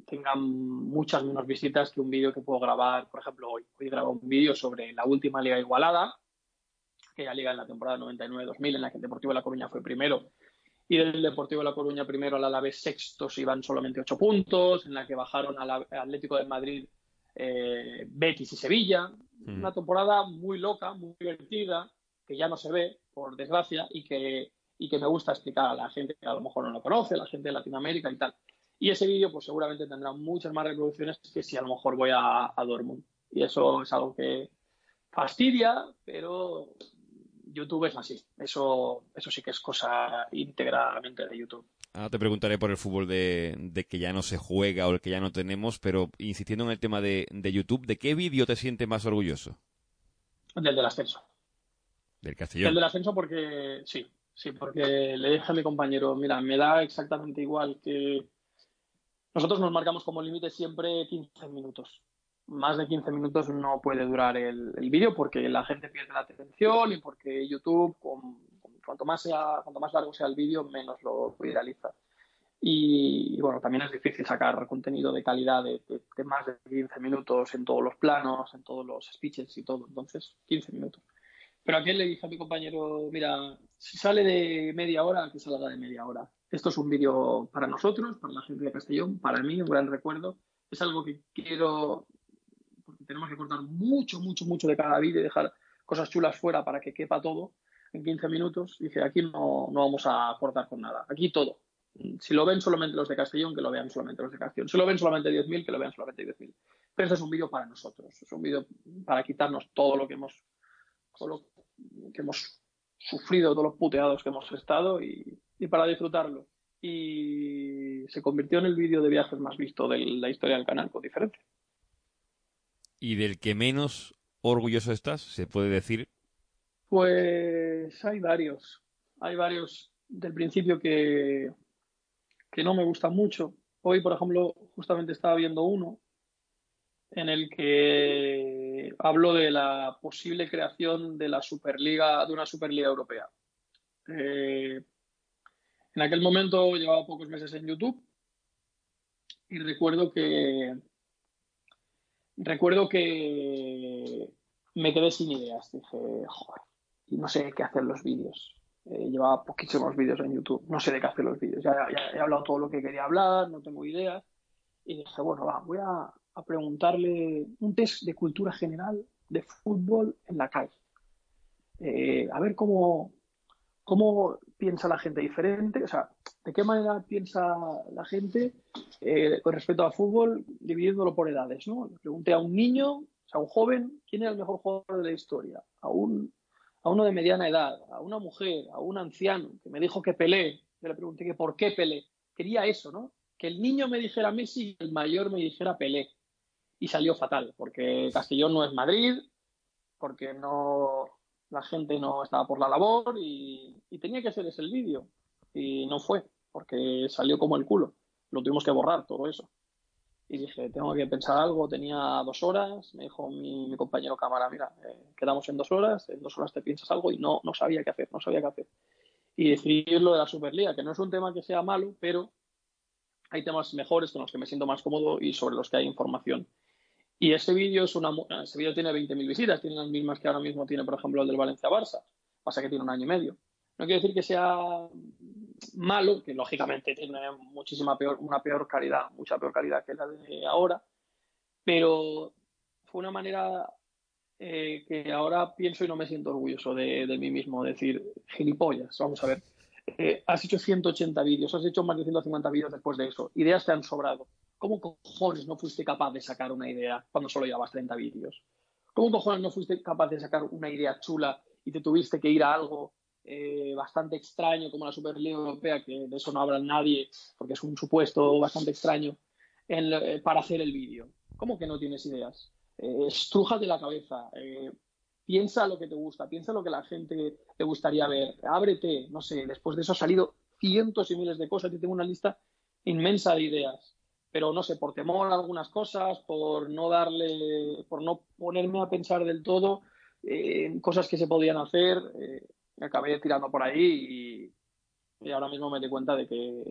tenga muchas menos visitas que un vídeo que puedo grabar, por ejemplo, hoy. Hoy grabo un vídeo sobre la última Liga Igualada, aquella liga en la temporada noventa y nueve dos mil, en la que el Deportivo de La Coruña fue primero, y del Deportivo de La Coruña primero al Alavés sextos iban solamente ocho puntos, en la que bajaron al Atlético de Madrid, eh, Betis y Sevilla. Mm. Una temporada muy loca, muy divertida, que ya no se ve, por desgracia, y que, y que me gusta explicar a la gente que a lo mejor no lo conoce, a la gente de Latinoamérica y tal. Y ese vídeo pues seguramente tendrá muchas más reproducciones que si a lo mejor voy a, a Dortmund. Y eso es algo que fastidia, pero YouTube es así. Eso, eso sí que es cosa íntegramente de YouTube. Ahora te preguntaré por el fútbol de, de que ya no se juega o el que ya no tenemos, pero insistiendo en el tema de, de YouTube, ¿de qué vídeo te sientes más orgulloso? Del del ascenso. Del Castellón. El del ascenso porque, sí, sí, porque le dije a mi compañero, mira, me da exactamente igual que... Nosotros nos marcamos como límite siempre quince minutos. Más de quince minutos no puede durar el, el vídeo porque la gente pierde la atención y porque YouTube, con, con, cuanto más sea, cuanto más largo sea el vídeo, menos lo viraliza. Y, y bueno, también es difícil sacar contenido de calidad de, de, de más de quince minutos en todos los planos, en todos los speeches y todo. Entonces, quince minutos. Pero aquí le dije a mi compañero, mira, si sale de media hora, que salga de media hora. Esto es un vídeo para nosotros, para la gente de Castellón, para mí, un gran recuerdo. Es algo que quiero... porque tenemos que cortar mucho, mucho, mucho de cada vídeo y dejar cosas chulas fuera para que quepa todo en quince minutos. Dije, aquí no, no vamos a cortar con nada, aquí todo. Si lo ven solamente los de Castellón, que lo vean solamente los de Castellón. Si lo ven solamente diez mil, que lo vean solamente diez mil. Pero este es un vídeo para nosotros, es un vídeo para quitarnos todo lo que hemos, todo lo que hemos sufrido, todos los puteados que hemos estado y, y para disfrutarlo. Y se convirtió en el vídeo de viajes más visto de la historia del canal, con diferencia. ¿Y del que menos orgulloso estás, se puede decir? Pues hay varios. Hay varios del principio que, que no me gustan mucho. Hoy, por ejemplo, justamente estaba viendo uno en el que hablo de la posible creación de la Superliga, de una Superliga Europea. Eh, en aquel momento llevaba pocos meses en YouTube y recuerdo que Recuerdo que me quedé sin ideas. Dije, joder, y no sé qué hacer los vídeos. Eh, llevaba poquísimos vídeos en YouTube. No sé de qué hacer los vídeos. Ya, ya he hablado todo lo que quería hablar, no tengo ideas. Y dije, bueno, va, voy a, a preguntarle un test de cultura general de fútbol en la calle. Eh, a ver cómo, cómo piensa la gente diferente. O sea, de qué manera piensa la gente eh, con respecto al fútbol, dividiéndolo por edades, ¿no? Le pregunté a un niño, o sea, a un joven, quién era el mejor jugador de la historia, a un a uno de mediana edad, a una mujer, a un anciano, que me dijo que Pelé. Yo le pregunté que por qué Pelé. Quería eso, ¿no? Que el niño me dijera Messi y el mayor me dijera Pelé. Y salió fatal, porque Castellón no es Madrid, porque no la gente no estaba por la labor y, y tenía que ser ese el vídeo. Y no fue, porque salió como el culo. Lo tuvimos que borrar, todo eso. Y dije, tengo que pensar algo. Tenía dos horas. Me dijo mi, mi compañero cámara, mira, eh, quedamos en dos horas. En dos horas te piensas algo. Y no, no sabía qué hacer, no sabía qué hacer. Y decidí lo de la Superliga, que no es un tema que sea malo, pero hay temas mejores con los que me siento más cómodo y sobre los que hay información. Y ese vídeo es una, ese vídeo tiene veinte mil visitas. Tiene las mismas que ahora mismo tiene, por ejemplo, el del Valencia-Barça. Pasa que tiene un año y medio. No quiere decir que sea malo, que lógicamente tiene muchísima peor, una peor calidad, mucha peor calidad que la de ahora, pero fue una manera eh, que ahora pienso y no me siento orgulloso de, de mí mismo, decir, gilipollas, vamos a ver, eh, has hecho ciento ochenta vídeos, has hecho más de ciento cincuenta vídeos después de eso, ideas te han sobrado. ¿Cómo cojones no fuiste capaz de sacar una idea cuando solo llevabas treinta vídeos? ¿Cómo cojones no fuiste capaz de sacar una idea chula y te tuviste que ir a algo Eh, bastante extraño como la Superliga Europea, que de eso no habla nadie porque es un supuesto bastante extraño, en, eh, para hacer el vídeo? ¿Cómo que no tienes ideas? Eh, estrújate la cabeza, eh, piensa lo que te gusta, piensa lo que a la gente te gustaría ver, ábrete, no sé, después de eso ha salido cientos y miles de cosas y tengo una lista inmensa de ideas, pero no sé, por temor a algunas cosas, por no darle, por no ponerme a pensar del todo eh, en cosas que se podían hacer, eh, me acabé tirando por ahí y, y ahora mismo me di cuenta de que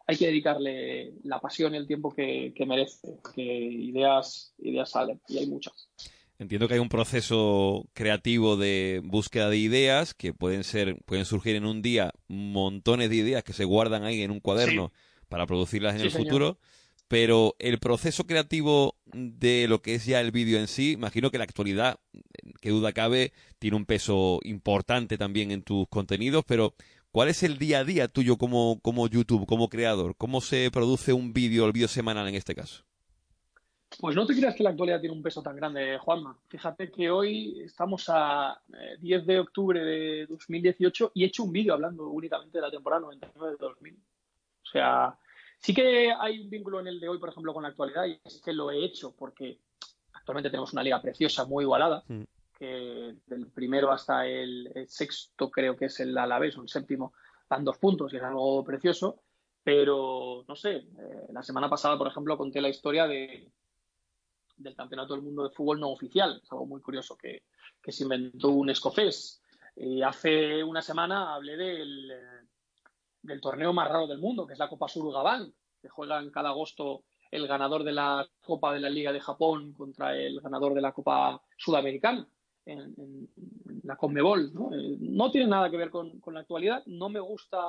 hay que dedicarle la pasión y el tiempo que, que merece, que ideas, ideas salen, y hay muchas. Entiendo que hay un proceso creativo de búsqueda de ideas que pueden ser, pueden surgir en un día montones de ideas que se guardan ahí en un cuaderno sí. para producirlas en sí, el señor. futuro. Pero el proceso creativo de lo que es ya el vídeo en sí, imagino que la actualidad, que duda cabe, tiene un peso importante también en tus contenidos, pero ¿cuál es el día a día tuyo como, como YouTube, como creador? ¿Cómo se produce un vídeo, el vídeo semanal en este caso? Pues no te creas que la actualidad tiene un peso tan grande, Juanma. Fíjate que hoy estamos a eh, diez de octubre de dos mil dieciocho y he hecho un vídeo hablando únicamente de la temporada noventa y nueve de dos mil. O sea, sí que hay un vínculo en el de hoy, por ejemplo, con la actualidad, y es que lo he hecho porque actualmente tenemos una liga preciosa, muy igualada, mm. que del primero hasta el, el sexto creo que es el Alavés, o el séptimo, dan dos puntos y es algo precioso. Pero, no sé, eh, la semana pasada, por ejemplo, conté la historia de del Campeonato del Mundo de Fútbol no oficial. Es algo muy curioso que, que se inventó un escocés. Eh, hace una semana hablé del, del torneo más raro del mundo, que es la Copa Surugabán, que juegan cada agosto el ganador de la Copa de la Liga de Japón contra el ganador de la Copa Sudamericana en, en, en la Conmebol, ¿no? Eh, no tiene nada que ver con, con la actualidad. No me gusta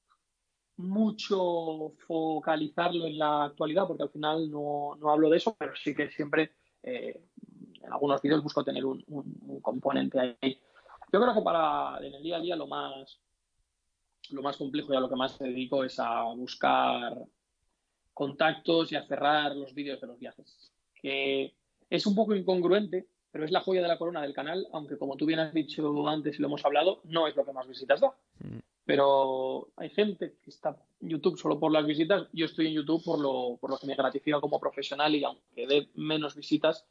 mucho focalizarlo en la actualidad porque al final no, no hablo de eso, pero sí que siempre eh, en algunos vídeos busco tener un, un, un componente ahí. Yo creo que para en el día a día lo más lo más complejo y a lo que más me dedico es a buscar contactos y a cerrar los vídeos de los viajes, que es un poco incongruente, pero es la joya de la corona del canal, aunque como tú bien has dicho antes y lo hemos hablado, no es lo que más visitas da. Mm. Pero hay gente que está en YouTube solo por las visitas. Yo estoy en YouTube por lo, por lo que me gratifica como profesional y aunque dé menos visitas,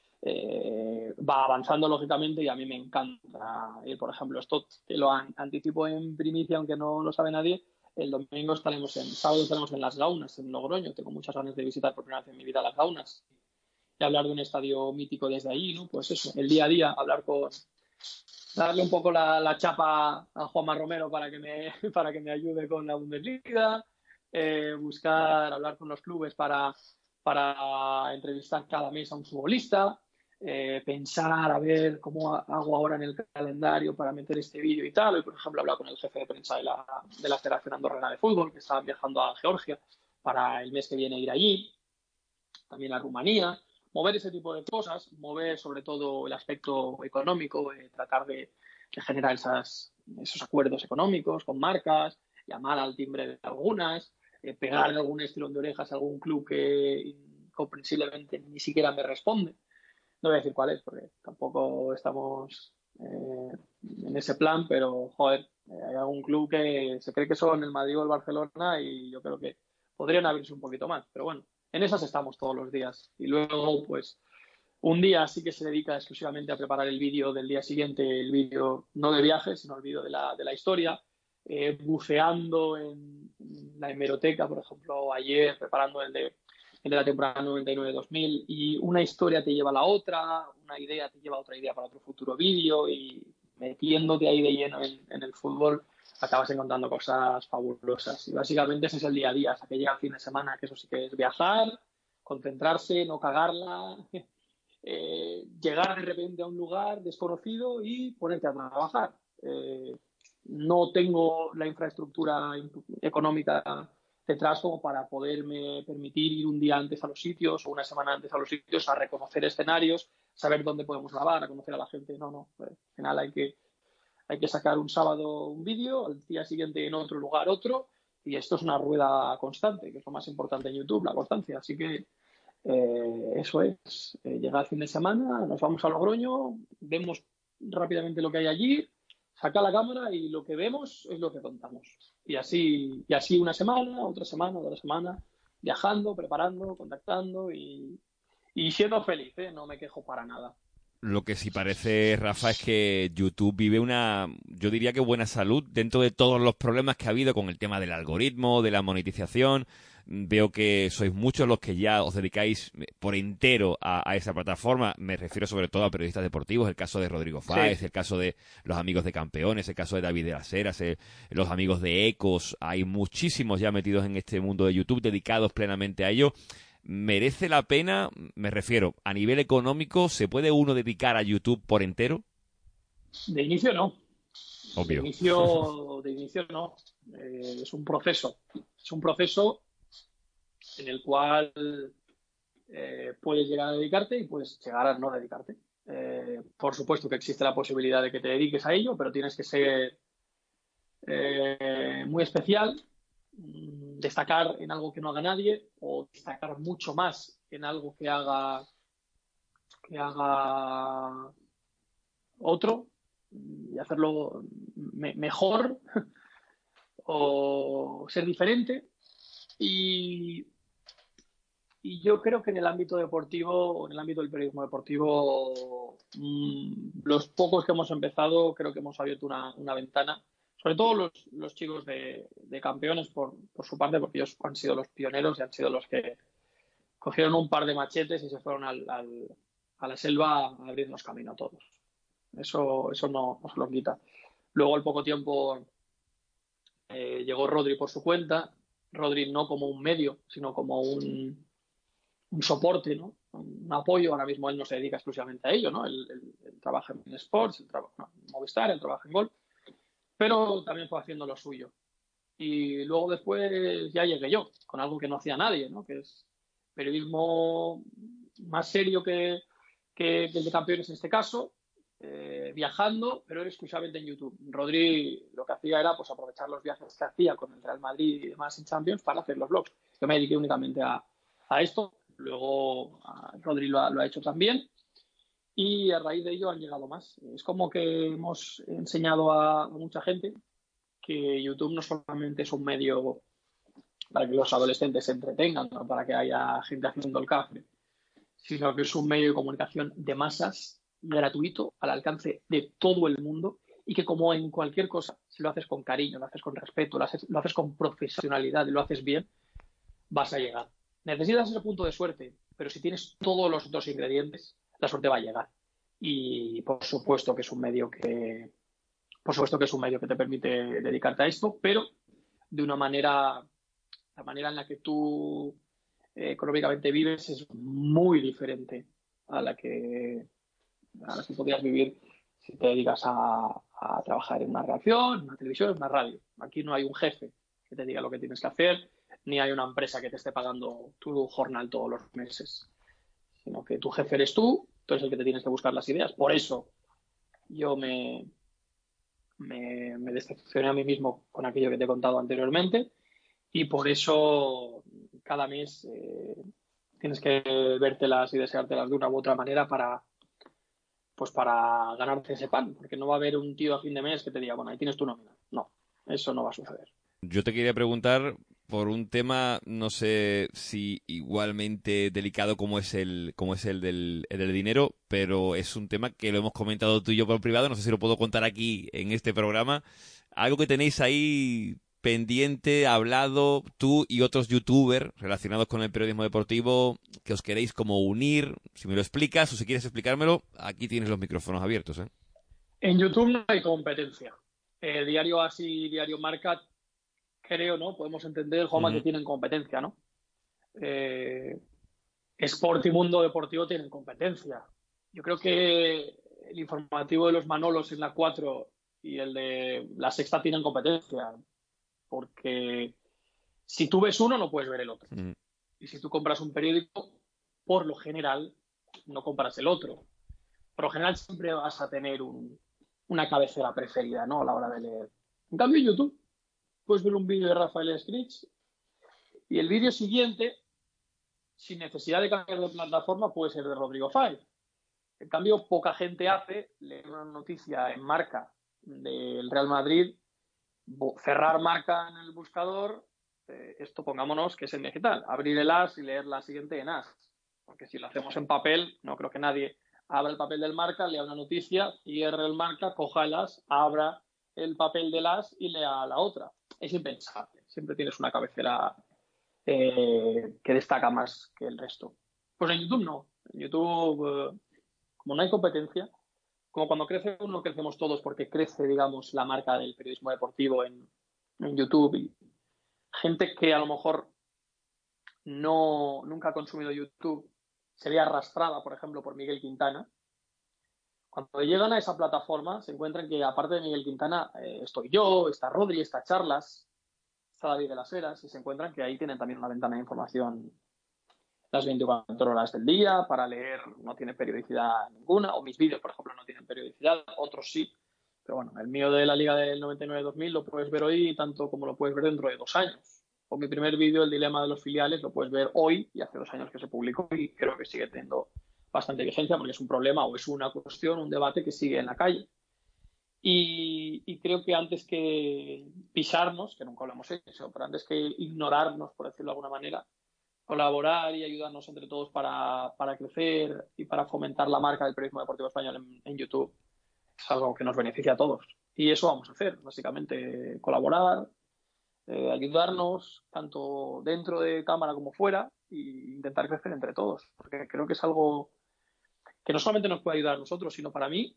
eh, va avanzando lógicamente y a mí me encanta ir. Por ejemplo, esto te lo anticipo en primicia, aunque no lo sabe nadie. El domingo estaremos en, sábado estaremos en Las Gaunas, en Logroño. Tengo muchas ganas de visitar por primera vez en mi vida Las Gaunas y hablar de un estadio mítico desde ahí, ¿no? Pues eso, el día a día, hablar con... darle un poco la, la chapa a Juanma Romero para que me, para que me ayude con la Bundesliga, eh, buscar, hablar con los clubes para, para entrevistar cada mes a un futbolista, eh, pensar a ver cómo hago ahora en el calendario para meter este vídeo y tal. Hoy, por ejemplo, he hablado con el jefe de prensa de la, de la Federación Andorrana de Fútbol, que estaban viajando a Georgia para el mes que viene ir allí, también a Rumanía. Mover ese tipo de cosas, mover sobre todo el aspecto económico, eh, tratar de, de generar esas, esos acuerdos económicos con marcas, llamar al timbre de algunas, eh, pegar algún estirón de orejas a algún club que incomprensiblemente ni siquiera me responde. No voy a decir cuál es porque tampoco estamos eh, en ese plan, pero joder, eh, hay algún club que se cree que son el Madrid o el Barcelona y yo creo que podrían abrirse un poquito más, pero bueno. En esas estamos todos los días. Y luego, pues, un día sí que se dedica exclusivamente a preparar el vídeo del día siguiente, el vídeo no de viajes, sino el vídeo de la, de la historia, eh, buceando en, en la hemeroteca, por ejemplo, ayer preparando el de, el de la temporada noventa y nueve dos mil, y una historia te lleva a la otra, una idea te lleva a otra idea para otro futuro vídeo, y metiéndote ahí de lleno en, en el fútbol, acabas encontrando cosas fabulosas. Y básicamente ese es el día a día, hasta que llega el fin de semana, que eso sí que es viajar, concentrarse, no cagarla, eh, llegar de repente a un lugar desconocido y ponerte a trabajar. Eh, no tengo la infraestructura económica detrás como para poderme permitir ir un día antes a los sitios o una semana antes a los sitios a reconocer escenarios, saber dónde podemos grabar, a conocer a la gente. No, no, pues, al final hay que Hay que sacar un sábado un vídeo, al día siguiente en otro lugar otro, y esto es una rueda constante, que es lo más importante en YouTube, la constancia. Así que eh, eso es, eh, llega el fin de semana, nos vamos a Logroño, vemos rápidamente lo que hay allí, saca la cámara y lo que vemos es lo que contamos. Y así, y así una semana, otra semana, otra semana, viajando, preparando, contactando y, y siendo feliz, ¿eh? No me quejo para nada. Lo que sí parece, Rafa, es que YouTube vive una, yo diría que buena salud dentro de todos los problemas que ha habido con el tema del algoritmo, de la monetización. veo que sois muchos los que ya os dedicáis por entero a, a esa plataforma. Me refiero sobre todo a periodistas deportivos, el caso de Rodrigo Fáez, sí. El caso de los amigos de Campeones, el caso de David de las Heras, eh, los amigos de Ecos. Hay muchísimos ya metidos en este mundo de YouTube, dedicados plenamente a ello. ¿Merece la pena? Me refiero, a nivel económico, ¿se puede uno dedicar a YouTube por entero? De inicio no. Obvio. De inicio, de inicio no. Eh, es un proceso. Es un proceso en el cual eh, puedes llegar a dedicarte y puedes llegar a no dedicarte. Eh, por supuesto que existe la posibilidad de que te dediques a ello, pero tienes que ser eh, muy especial, destacar en algo que no haga nadie o destacar mucho más en algo que haga que haga otro y hacerlo me- mejor o ser diferente y, y yo creo que en el ámbito deportivo, en el ámbito del periodismo deportivo, mmm, los pocos que hemos empezado creo que hemos abierto una, una ventana, sobre todo los, los chicos de, de Campeones por, por su parte, porque ellos han sido los pioneros y han sido los que cogieron un par de machetes y se fueron al, al, a la selva a abrirnos camino a todos. Eso, eso no, no se lo quita. Luego, al poco tiempo, eh, llegó Rodri por su cuenta. Rodri no como un medio, sino como un, un soporte, ¿no? Un apoyo. Ahora mismo él no se dedica exclusivamente a ello, ¿no? Él, él, él trabaja en Sports, él trabaja no, en Movistar, él trabaja en Gol, pero también fue haciendo lo suyo. Y luego después ya llegué yo, con algo que no hacía nadie, ¿no? Que es periodismo más serio que, que, que el de Campeones en este caso, eh, viajando, pero era exclusivamente en YouTube. Rodri lo que hacía era pues aprovechar los viajes que hacía con el Real Madrid y demás en Champions para hacer los vlogs. Yo me dediqué únicamente a, a esto, luego a Rodri lo ha, lo ha hecho también y a raíz de ello han llegado más. Es como que hemos enseñado a, a mucha gente que YouTube no solamente es un medio para que los adolescentes se entretengan, ¿no? Para que haya gente haciendo el café, sino que es un medio de comunicación de masas, gratuito, al alcance de todo el mundo y que como en cualquier cosa, si lo haces con cariño, lo haces con respeto, lo haces, lo haces con profesionalidad y lo haces bien, vas a llegar. Necesitas ese punto de suerte, pero si tienes todos los otros ingredientes, la suerte va a llegar. Y por supuesto que es un medio que, por supuesto que es un medio que te permite dedicarte a esto, pero de una manera, la manera en la que tú eh, económicamente vives es muy diferente a la que a la que podrías vivir si te dedicas a, a trabajar en una redacción, en una televisión, en una radio. Aquí no hay un jefe que te diga lo que tienes que hacer, ni hay una empresa que te esté pagando tu jornal todos los meses, sino que tu jefe eres tú, tú eres el que te tienes que buscar las ideas. Por eso yo me, me, me decepcioné a mí mismo con aquello que te he contado anteriormente y por eso cada mes eh, tienes que vértelas y deseártelas de una u otra manera para pues para ganarte ese pan, porque no va a haber un tío a fin de mes que te diga, bueno, ahí tienes tu nómina. No, eso no va a suceder. Yo te quería preguntar por un tema, no sé si igualmente delicado como es el como es el del, el del dinero, pero es un tema que lo hemos comentado tú y yo por privado, no sé si lo puedo contar aquí en este programa. Algo que tenéis ahí pendiente, hablado, tú y otros youtubers relacionados con el periodismo deportivo, que os queréis como unir. Si me lo explicas o si quieres explicármelo, aquí tienes los micrófonos abiertos, ¿eh? En YouTube no hay competencia. El diario Así, diario Marca, creo, ¿no? Podemos entender, Juanma, uh-huh. que tienen competencia, ¿no? Eh, Sport y Mundo Deportivo tienen competencia. Yo creo que el informativo de los Manolos en la cuatro y el de la Sexta tienen competencia. Porque si tú ves uno, no puedes ver el otro. Mm. Y si tú compras un periódico, por lo general, no compras el otro. Por lo general, siempre vas a tener un, una cabecera preferida, ¿no? A la hora de leer. En cambio, en YouTube, puedes ver un vídeo de Rafael Scritch y el vídeo siguiente, sin necesidad de cambiar de plataforma, puede ser de Rodrigo Fáez. En cambio, poca gente hace leer una noticia en Marca del Real Madrid, cerrar Marca en el buscador, eh, esto pongámonos que es en digital, abrir el as y leer la siguiente en as, porque si lo hacemos en papel no creo que nadie abra el papel del Marca, lea una noticia, cierre el Marca, coja el as, abra el papel del as y lea la otra. Es impensable, siempre tienes una cabecera eh, que destaca más que el resto. Pues en YouTube no. En YouTube, eh, como no hay competencia, como cuando crece uno, crecemos todos porque crece, digamos, la marca del periodismo deportivo en, en YouTube. Y gente que a lo mejor no, nunca ha consumido YouTube sería arrastrada, por ejemplo, por Miguel Quintana. Cuando llegan a esa plataforma se encuentran que, aparte de Miguel Quintana, eh, estoy yo, está Rodri, está Charlas, está David de las Heras, y se encuentran que ahí tienen también una ventana de información las veinticuatro horas del día para leer. No tiene periodicidad ninguna, o mis vídeos, por ejemplo, no tienen periodicidad, otros sí, pero bueno, el mío de la Liga del noventa y nueve dos mil lo puedes ver hoy tanto como lo puedes ver dentro de dos años, o mi primer vídeo, el dilema de los filiales, lo puedes ver hoy y hace dos años que se publicó, y creo que sigue teniendo bastante vigencia porque es un problema o es una cuestión, un debate que sigue en la calle. Y, y creo que antes que pisarnos, que nunca lo hemos hecho, pero antes que ignorarnos, por decirlo de alguna manera, colaborar y ayudarnos entre todos para, para crecer y para fomentar la marca del periodismo deportivo español en, en YouTube, es algo que nos beneficia a todos. Y eso vamos a hacer, básicamente, colaborar, eh, ayudarnos, tanto dentro de cámara como fuera, e intentar crecer entre todos, porque creo que es algo que no solamente nos puede ayudar a nosotros, sino para mí,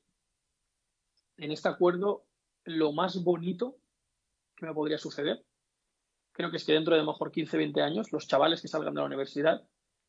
en este acuerdo, lo más bonito que me podría suceder, creo que es que dentro de a lo mejor quince, veinte años, los chavales que salgan de la universidad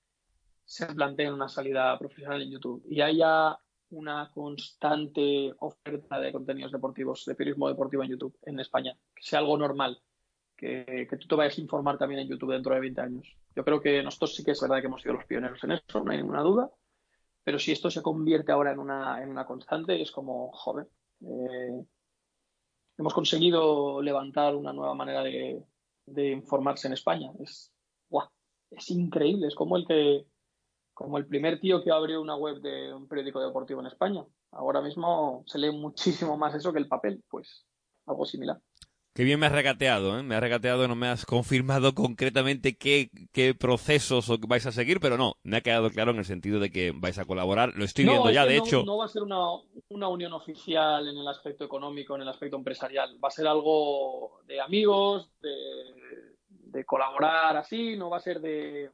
se planteen una salida profesional en YouTube y haya una constante oferta de contenidos deportivos, de periodismo deportivo en YouTube en España, que sea algo normal, que, que tú te vayas a informar también en YouTube dentro de veinte años. Yo creo que nosotros sí que es verdad que hemos sido los pioneros en eso, no hay ninguna duda, pero si esto se convierte ahora en una, en una constante, es como, joder, eh, hemos conseguido levantar una nueva manera de, de informarse en España. Es, ¡guau! Es increíble, es como el que como el primer tío que abrió una web de un periódico deportivo en España. Ahora mismo se lee muchísimo más eso que el papel, pues algo similar. Qué bien me has regateado, ¿eh? Me has regateado, no me has confirmado concretamente qué, qué procesos vais a seguir, pero no, me ha quedado claro en el sentido de que vais a colaborar. Lo estoy no, viendo ya, de no, hecho. No va a ser una, una unión oficial en el aspecto económico, en el aspecto empresarial. Va a ser algo de amigos, de, de colaborar así, no va a ser de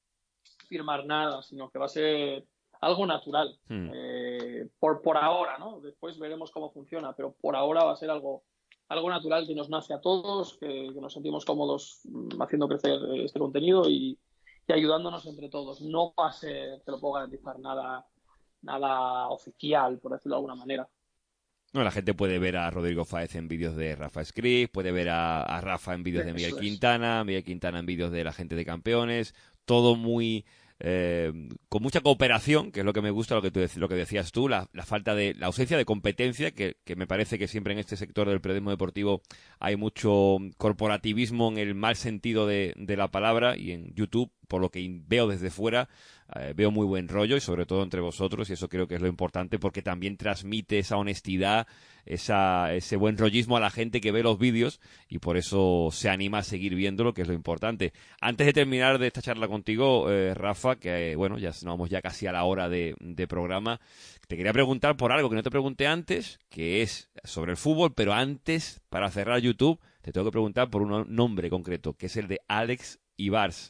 firmar nada, sino que va a ser algo natural. Hmm. Eh, por, por ahora, ¿no? Después veremos cómo funciona, pero por ahora va a ser algo... algo natural que nos nace a todos, que, que nos sentimos cómodos haciendo crecer este contenido y, y ayudándonos entre todos. No va a ser, te lo puedo garantizar, nada, nada oficial, por decirlo de alguna manera. No, la gente puede ver a Rodrigo Fáez en vídeos de Rafa Script, puede ver a, a Rafa en vídeos de Miguel Eso Quintana, es. Miguel Quintana en vídeos de la gente de Campeones, todo muy... Eh, con mucha cooperación, que es lo que me gusta, lo que tú lo que decías tú, la, la falta de, la ausencia de competencia, que, que me parece que siempre en este sector del periodismo deportivo hay mucho corporativismo en el mal sentido de, de la palabra, y en YouTube, por lo que veo desde fuera, eh, veo muy buen rollo, y sobre todo entre vosotros, y eso creo que es lo importante, porque también transmite esa honestidad, esa, ese buen rollismo a la gente que ve los vídeos, y por eso se anima a seguir viéndolo, que es lo importante. Antes de terminar de esta charla contigo, eh, Rafa, que eh, bueno, ya nos vamos ya casi a la hora de, de programa, te quería preguntar por algo que no te pregunté antes, que es sobre el fútbol, pero antes, para cerrar YouTube, te tengo que preguntar por un nombre concreto, que es el de Alex Ibars.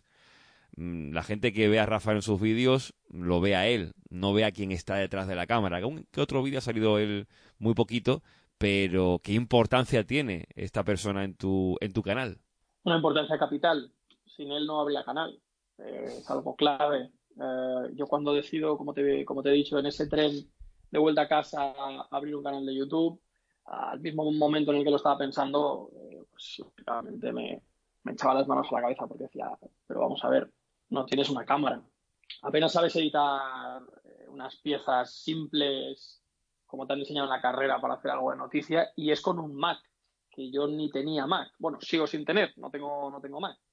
La gente que ve a Rafa en sus vídeos lo ve a él, no ve a quien está detrás de la cámara. ¿Qué otro vídeo ha salido él muy poquito? Pero ¿qué importancia tiene esta persona en tu en tu canal? Una importancia capital. Sin él no habría canal. Eh, es algo clave. Eh, yo cuando decido, como te, como te he dicho, en ese tren de vuelta a casa a abrir un canal de YouTube, al mismo momento en el que lo estaba pensando, eh, pues realmente me, me echaba las manos a la cabeza porque decía, pero vamos a ver, no tienes una cámara, apenas sabes editar unas piezas simples como te han enseñado en la carrera para hacer algo de noticia, y es con un Mac, que yo ni tenía Mac. Bueno, sigo sin tener, no tengo, no tengo Mac.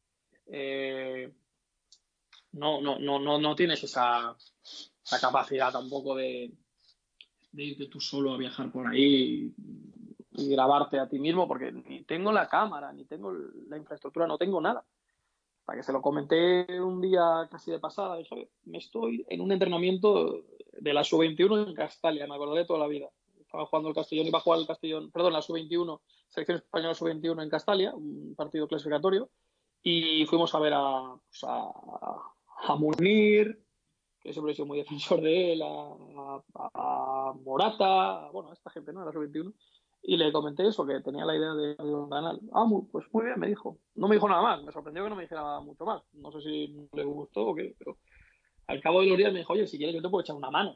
Eh, no, no, no, no, no tienes esa, esa capacidad tampoco de, de irte tú solo a viajar por ahí y, y grabarte a ti mismo, porque ni tengo la cámara, ni tengo la infraestructura, no tengo nada. Para que se lo comenté un día casi de pasada, dije, me estoy en un entrenamiento de la sub veintiuno en Castalia, me acordaré toda la vida. Estaba jugando el Castellón, iba a jugar el Castellón, perdón, la sub veintiuno, selección española sub veintiuno en Castalia, un partido clasificatorio, y fuimos a ver a, pues a, a Munir, que siempre he sido muy defensor de él, a, a, a Morata, bueno, a esta gente, ¿no? A la sub veintiuno. Y le comenté eso, que tenía la idea de, de un canal. Ah, muy, pues muy bien, me dijo. No me dijo nada más, me sorprendió que no me dijera mucho más. No sé si le gustó o qué, pero al cabo de los días me dijo, oye, si quieres yo te puedo echar una mano.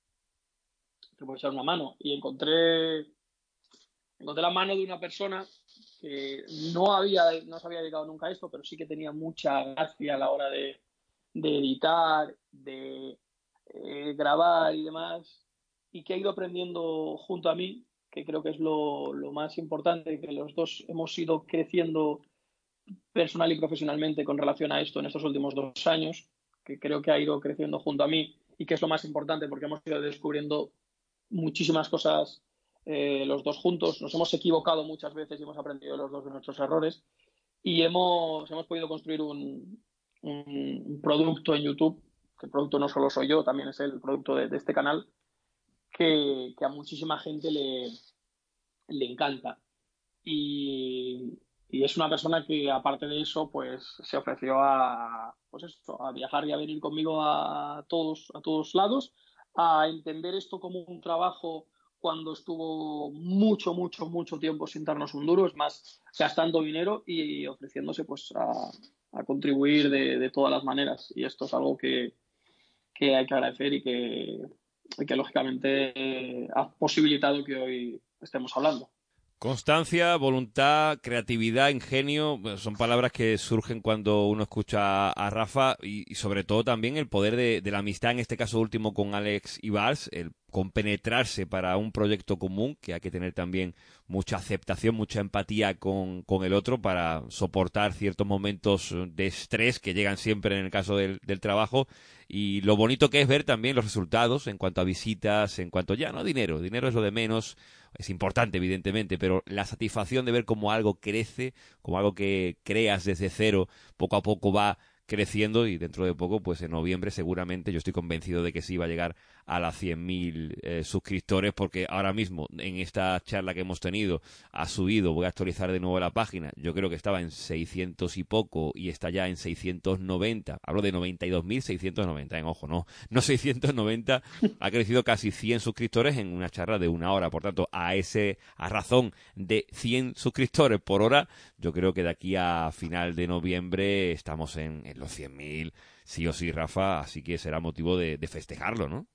Te puedo echar una mano. Y encontré, encontré la mano de una persona que no, había, no se había dedicado nunca a esto, pero sí que tenía mucha gracia a la hora de, de editar, de eh, grabar y demás, y que ha ido aprendiendo junto a mí, que creo que es lo, lo más importante, que los dos hemos ido creciendo personal y profesionalmente con relación a esto en estos últimos dos años, que creo que ha ido creciendo junto a mí y que es lo más importante porque hemos ido descubriendo muchísimas cosas eh, los dos juntos. Nos hemos equivocado muchas veces y hemos aprendido los dos de nuestros errores y hemos, hemos podido construir un, un, un producto en YouTube, que el producto no solo soy yo, también es el producto de, de este canal, que, que a muchísima gente le, le encanta. Y, y es una persona que, aparte de eso, pues se ofreció a, pues esto, a viajar y a venir conmigo a todos, a todos lados, a entender esto como un trabajo cuando estuvo mucho, mucho, mucho tiempo sin darnos un duro, es más, gastando dinero y ofreciéndose pues a, a contribuir de, de todas las maneras. Y esto es algo que, que hay que agradecer y que, y que lógicamente eh, ha posibilitado que hoy estemos hablando. Constancia, voluntad, creatividad, ingenio, son palabras que surgen cuando uno escucha a Rafa y, y sobre todo también el poder de, de la amistad, en este caso último con Alex Ibars, el compenetrarse para un proyecto común, que hay que tener también mucha aceptación, mucha empatía con, con el otro para soportar ciertos momentos de estrés que llegan siempre en el caso del, del trabajo, y lo bonito que es ver también los resultados en cuanto a visitas, en cuanto ya no dinero, dinero es lo de menos, es importante evidentemente, pero la satisfacción de ver cómo algo crece, como algo que creas desde cero, poco a poco va creciendo, y dentro de poco, pues en noviembre seguramente, yo estoy convencido de que sí va a llegar a las cien mil eh, suscriptores, porque ahora mismo en esta charla que hemos tenido ha subido, voy a actualizar de nuevo la página, yo creo que estaba en seiscientos y poco y está ya en seiscientos noventa, hablo de noventa y dos mil seiscientos noventa, en ojo, no, no seiscientos noventa, ha crecido casi cien suscriptores en una charla de una hora, por tanto, a ese a razón de cien suscriptores por hora, yo creo que de aquí a final de noviembre estamos en, en los cien mil, sí o sí, Rafa, así que será motivo de, de festejarlo, ¿no?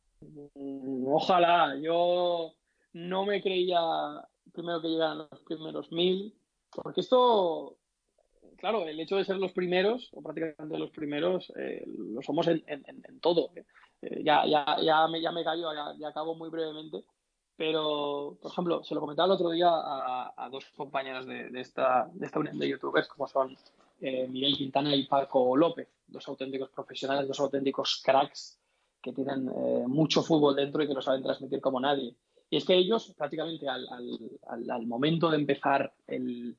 Ojalá, yo no me creía primero que llegaran los primeros mil, porque esto, claro, el hecho de ser los primeros, o prácticamente los primeros, eh, lo somos en, en, en todo. Eh, ya, ya, ya, me, ya me callo, ya, ya acabo muy brevemente, pero, por ejemplo, se lo comentaba el otro día a, a dos compañeros de, de, esta, de esta unión de youtubers, como son eh, Miguel Quintana y Paco López, dos auténticos profesionales, dos auténticos cracks que tienen eh, mucho fútbol dentro y que lo saben transmitir como nadie. Y es que ellos, prácticamente al, al, al, al momento de empezar el,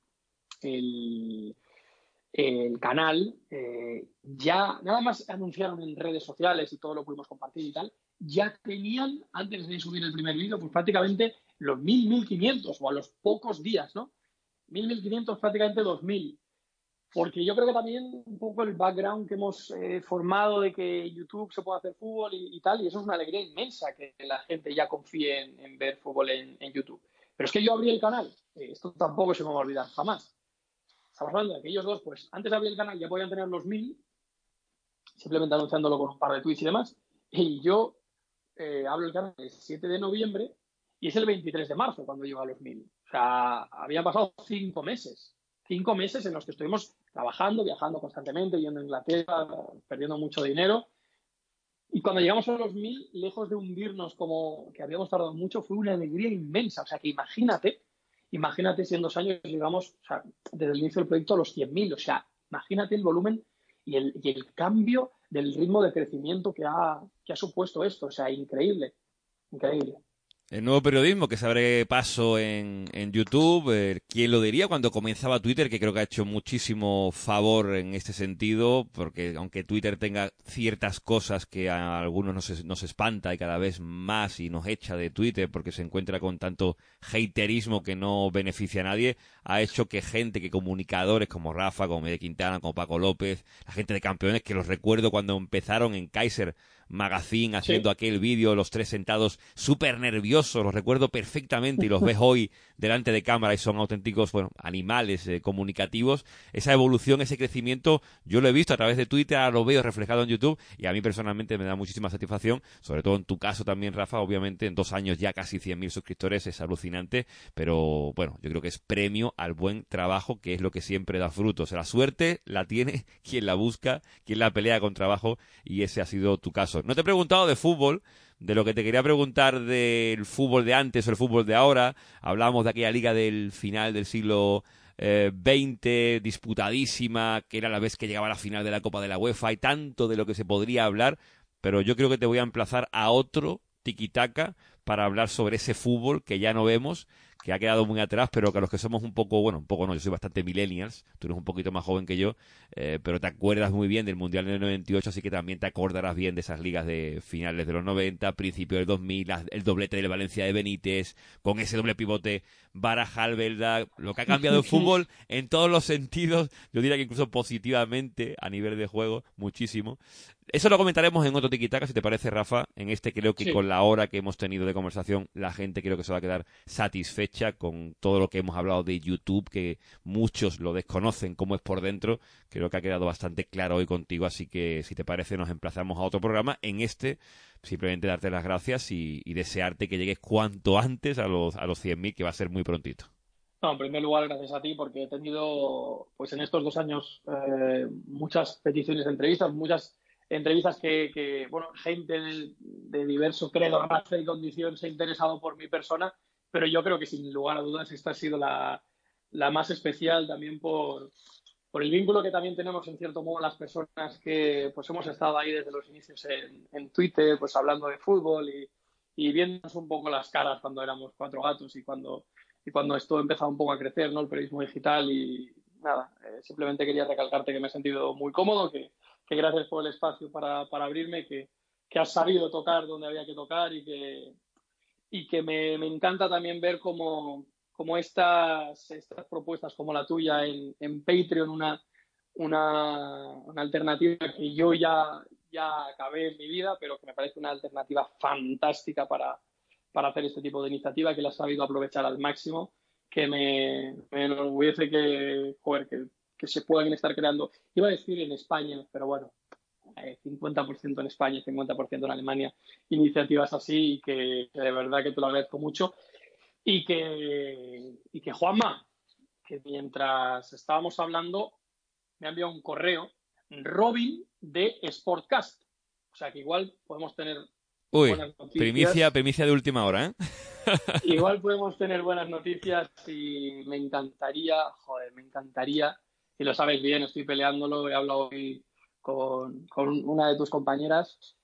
el, el canal, eh, ya nada más anunciaron en redes sociales y todo lo pudimos compartir y tal, ya tenían, antes de subir el primer vídeo, pues prácticamente los mil, mil quinientos, o a los pocos días, ¿no? Mil, mil quinientos, prácticamente dos mil. Porque yo creo que también un poco el background que hemos eh, formado de que YouTube se puede hacer fútbol y, y tal, y eso es una alegría inmensa que la gente ya confíe en, en ver fútbol en, en YouTube. Pero es que yo abrí el canal, eh, esto tampoco se me va a olvidar jamás. Estamos hablando de que ellos dos, pues antes de abrir el canal ya podían tener los mil, simplemente anunciándolo con un par de tweets y demás, y yo eh, abro el canal el siete de noviembre y es el veintitrés de marzo cuando llego a los mil. O sea, habían pasado cinco meses. Cinco meses en los que estuvimos trabajando, viajando constantemente, yendo a Inglaterra, perdiendo mucho dinero. Y cuando llegamos a los mil, lejos de hundirnos como que habíamos tardado mucho, fue una alegría inmensa. O sea, que imagínate, imagínate si en dos años llegamos, o sea, desde el inicio del proyecto a los cien mil. O sea, imagínate el volumen y el, y el cambio del ritmo de crecimiento que ha, que ha supuesto esto. O sea, increíble, increíble. El nuevo periodismo que se abre paso en, en YouTube, eh, ¿quién lo diría cuando comenzaba Twitter? Que creo que ha hecho muchísimo favor en este sentido, porque aunque Twitter tenga ciertas cosas que a algunos nos, nos espanta y cada vez más y nos echa de Twitter porque se encuentra con tanto haterismo que no beneficia a nadie, ha hecho que gente, que comunicadores como Rafa, como Miguel Quintana, como Paco López, la gente de Campeones, que los recuerdo cuando empezaron en Kaiser Magazine haciendo sí. aquel vídeo, los tres sentados súper nerviosos, los recuerdo perfectamente y los ves hoy delante de cámara y son auténticos, bueno, animales eh, comunicativos. Esa evolución, ese crecimiento, yo lo he visto a través de Twitter, ahora lo veo reflejado en YouTube y a mí personalmente me da muchísima satisfacción, sobre todo en tu caso también, Rafa, obviamente en dos años ya casi cien mil suscriptores, es alucinante, pero bueno, yo creo que es premio al buen trabajo, que es lo que siempre da frutos. La suerte la tiene quien la busca, quien la pelea con trabajo, y ese ha sido tu caso. No te he preguntado de fútbol, de lo que te quería preguntar del fútbol de antes o el fútbol de ahora. Hablábamos de aquella liga del final del siglo eh, veinte, disputadísima, que era la vez que llegaba a la final de la Copa de la UEFA, y tanto de lo que se podría hablar, pero yo creo que te voy a emplazar a otro tiquitaca para hablar sobre ese fútbol que ya no vemos, que ha quedado muy atrás, pero que a los que somos un poco, bueno, un poco no, yo soy bastante millennials, tú eres un poquito más joven que yo, eh, pero te acuerdas muy bien del Mundial del noventa y ocho, así que también te acordarás bien de esas ligas de finales de los noventa, principios del dos mil, el doblete del Valencia de Benítez, con ese doble pivote Baraja-Albelda, lo que ha cambiado el fútbol en todos los sentidos, yo diría que incluso positivamente a nivel de juego, muchísimo. Eso lo comentaremos en otro tiquitaca, si te parece, Rafa. En este creo que sí. Con la hora que hemos tenido de conversación, la gente creo que se va a quedar satisfecha con todo lo que hemos hablado de YouTube, que muchos lo desconocen cómo es por dentro. Creo que ha quedado bastante claro hoy contigo, así que si te parece nos emplazamos a otro programa. En este, simplemente darte las gracias y, y desearte que llegues cuanto antes a los, a los cien mil, que va a ser muy prontito. No, en primer lugar, gracias a ti, porque he tenido, pues en estos dos años, eh, muchas peticiones de entrevistas, muchas entrevistas que, que bueno, gente de, de diverso credo, raza y condición se ha interesado por mi persona, pero yo creo que sin lugar a dudas esta ha sido la, la más especial también por, por el vínculo que también tenemos en cierto modo las personas que pues hemos estado ahí desde los inicios en, en Twitter, pues hablando de fútbol y, y viéndonos un poco las caras cuando éramos cuatro gatos y cuando, y cuando esto empezaba un poco a crecer, ¿no? El periodismo digital y nada, eh, simplemente quería recalcarte que me he sentido muy cómodo, que que gracias por el espacio para, para abrirme, que, que has sabido tocar donde había que tocar y que, y que me, me encanta también ver cómo, cómo estas, estas propuestas como la tuya en, en Patreon, una, una, una alternativa que yo ya, ya acabé en mi vida, pero que me parece una alternativa fantástica para, para hacer este tipo de iniciativa, que la has sabido aprovechar al máximo, que me, me enorgullece que, joder, que que se puedan estar creando, iba a decir en España, pero bueno, eh, cincuenta por ciento en España, cincuenta por ciento en Alemania, iniciativas así, y que, que de verdad que te lo agradezco mucho. Y que, y que Juanma, que mientras estábamos hablando, me ha enviado un correo, Robin de Sportcast. O sea que igual podemos tener Uy, buenas noticias. Primicia, primicia de última hora, ¿eh? Igual podemos tener buenas noticias y me encantaría, joder, me encantaría. Y lo sabes bien, estoy peleándolo, he hablado hoy con, con una de tus compañeras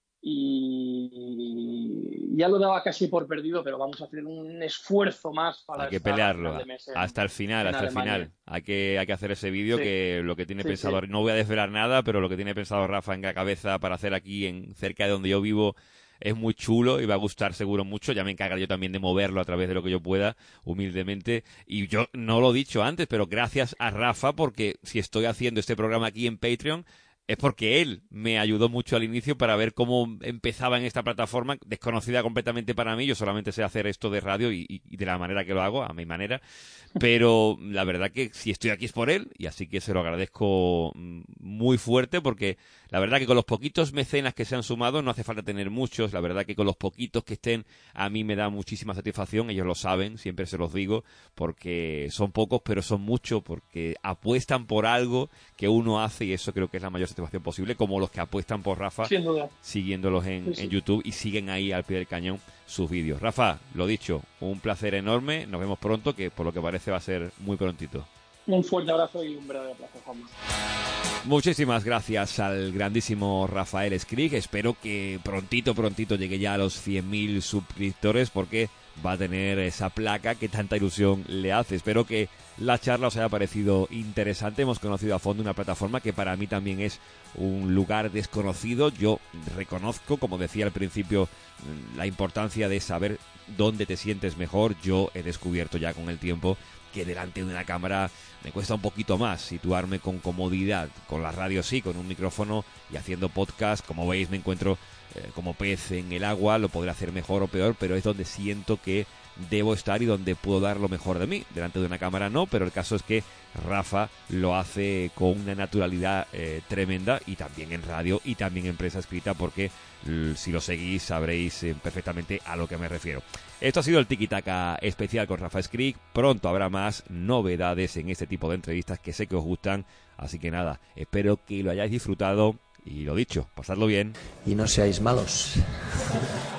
y ya lo daba casi por perdido, pero vamos a hacer un esfuerzo más para hay que pelearlo en, hasta el final, hasta Alemania. el final. Hay que, hay que hacer ese vídeo, sí. Que lo que tiene sí, pensado, sí. No voy a desvelar nada, pero lo que tiene pensado Rafa en la cabeza para hacer aquí en cerca de donde yo vivo es muy chulo y va a gustar seguro mucho. Ya me encargaré yo también de moverlo a través de lo que yo pueda, humildemente. Y yo no lo he dicho antes, pero gracias a Rafa, porque si estoy haciendo este programa aquí en Patreon es porque él me ayudó mucho al inicio para ver cómo empezaba en esta plataforma, desconocida completamente para mí. Yo solamente sé hacer esto de radio y, y de la manera que lo hago, a mi manera. Pero la verdad que si estoy aquí es por él, y así que se lo agradezco muy fuerte, porque la verdad que con los poquitos mecenas que se han sumado, no hace falta tener muchos, la verdad que con los poquitos que estén, a mí me da muchísima satisfacción, ellos lo saben, siempre se los digo, porque son pocos, pero son muchos, porque apuestan por algo que uno hace, y eso creo que es la mayor satisfacción posible, como los que apuestan por Rafa, sin duda, siguiéndolos en, sí, sí. en YouTube, y siguen ahí al pie del cañón sus vídeos. Rafa, lo dicho, un placer enorme, nos vemos pronto, que por lo que parece va a ser muy prontito. Un fuerte abrazo y un verdadero placer, Juanma. Muchísimas gracias al grandísimo Rafael Skrig. Espero que prontito, prontito llegue ya a los cien mil suscriptores, porque va a tener esa placa que tanta ilusión le hace. Espero que la charla os haya parecido interesante. Hemos conocido a fondo una plataforma que para mí también es un lugar desconocido. Yo reconozco, como decía al principio, la importancia de saber dónde te sientes mejor. Yo he descubierto ya con el tiempo que delante de una cámara me cuesta un poquito más situarme con comodidad. Con la radio sí, con un micrófono y haciendo podcast, como veis, me encuentro eh, como pez en el agua. Lo podré hacer mejor o peor, pero es donde siento que debo estar y donde puedo dar lo mejor de mí. Delante de una cámara no, pero el caso es que Rafa lo hace con una naturalidad eh, tremenda, y también en radio y también en prensa escrita, porque l- si lo seguís sabréis eh, perfectamente a lo que me refiero. Esto ha sido el Tiki Taka especial con Rafa Skrig. Pronto habrá más novedades en este tipo de entrevistas que sé que os gustan, así que nada, espero que lo hayáis disfrutado y lo dicho, pasadlo bien. Y no seáis malos.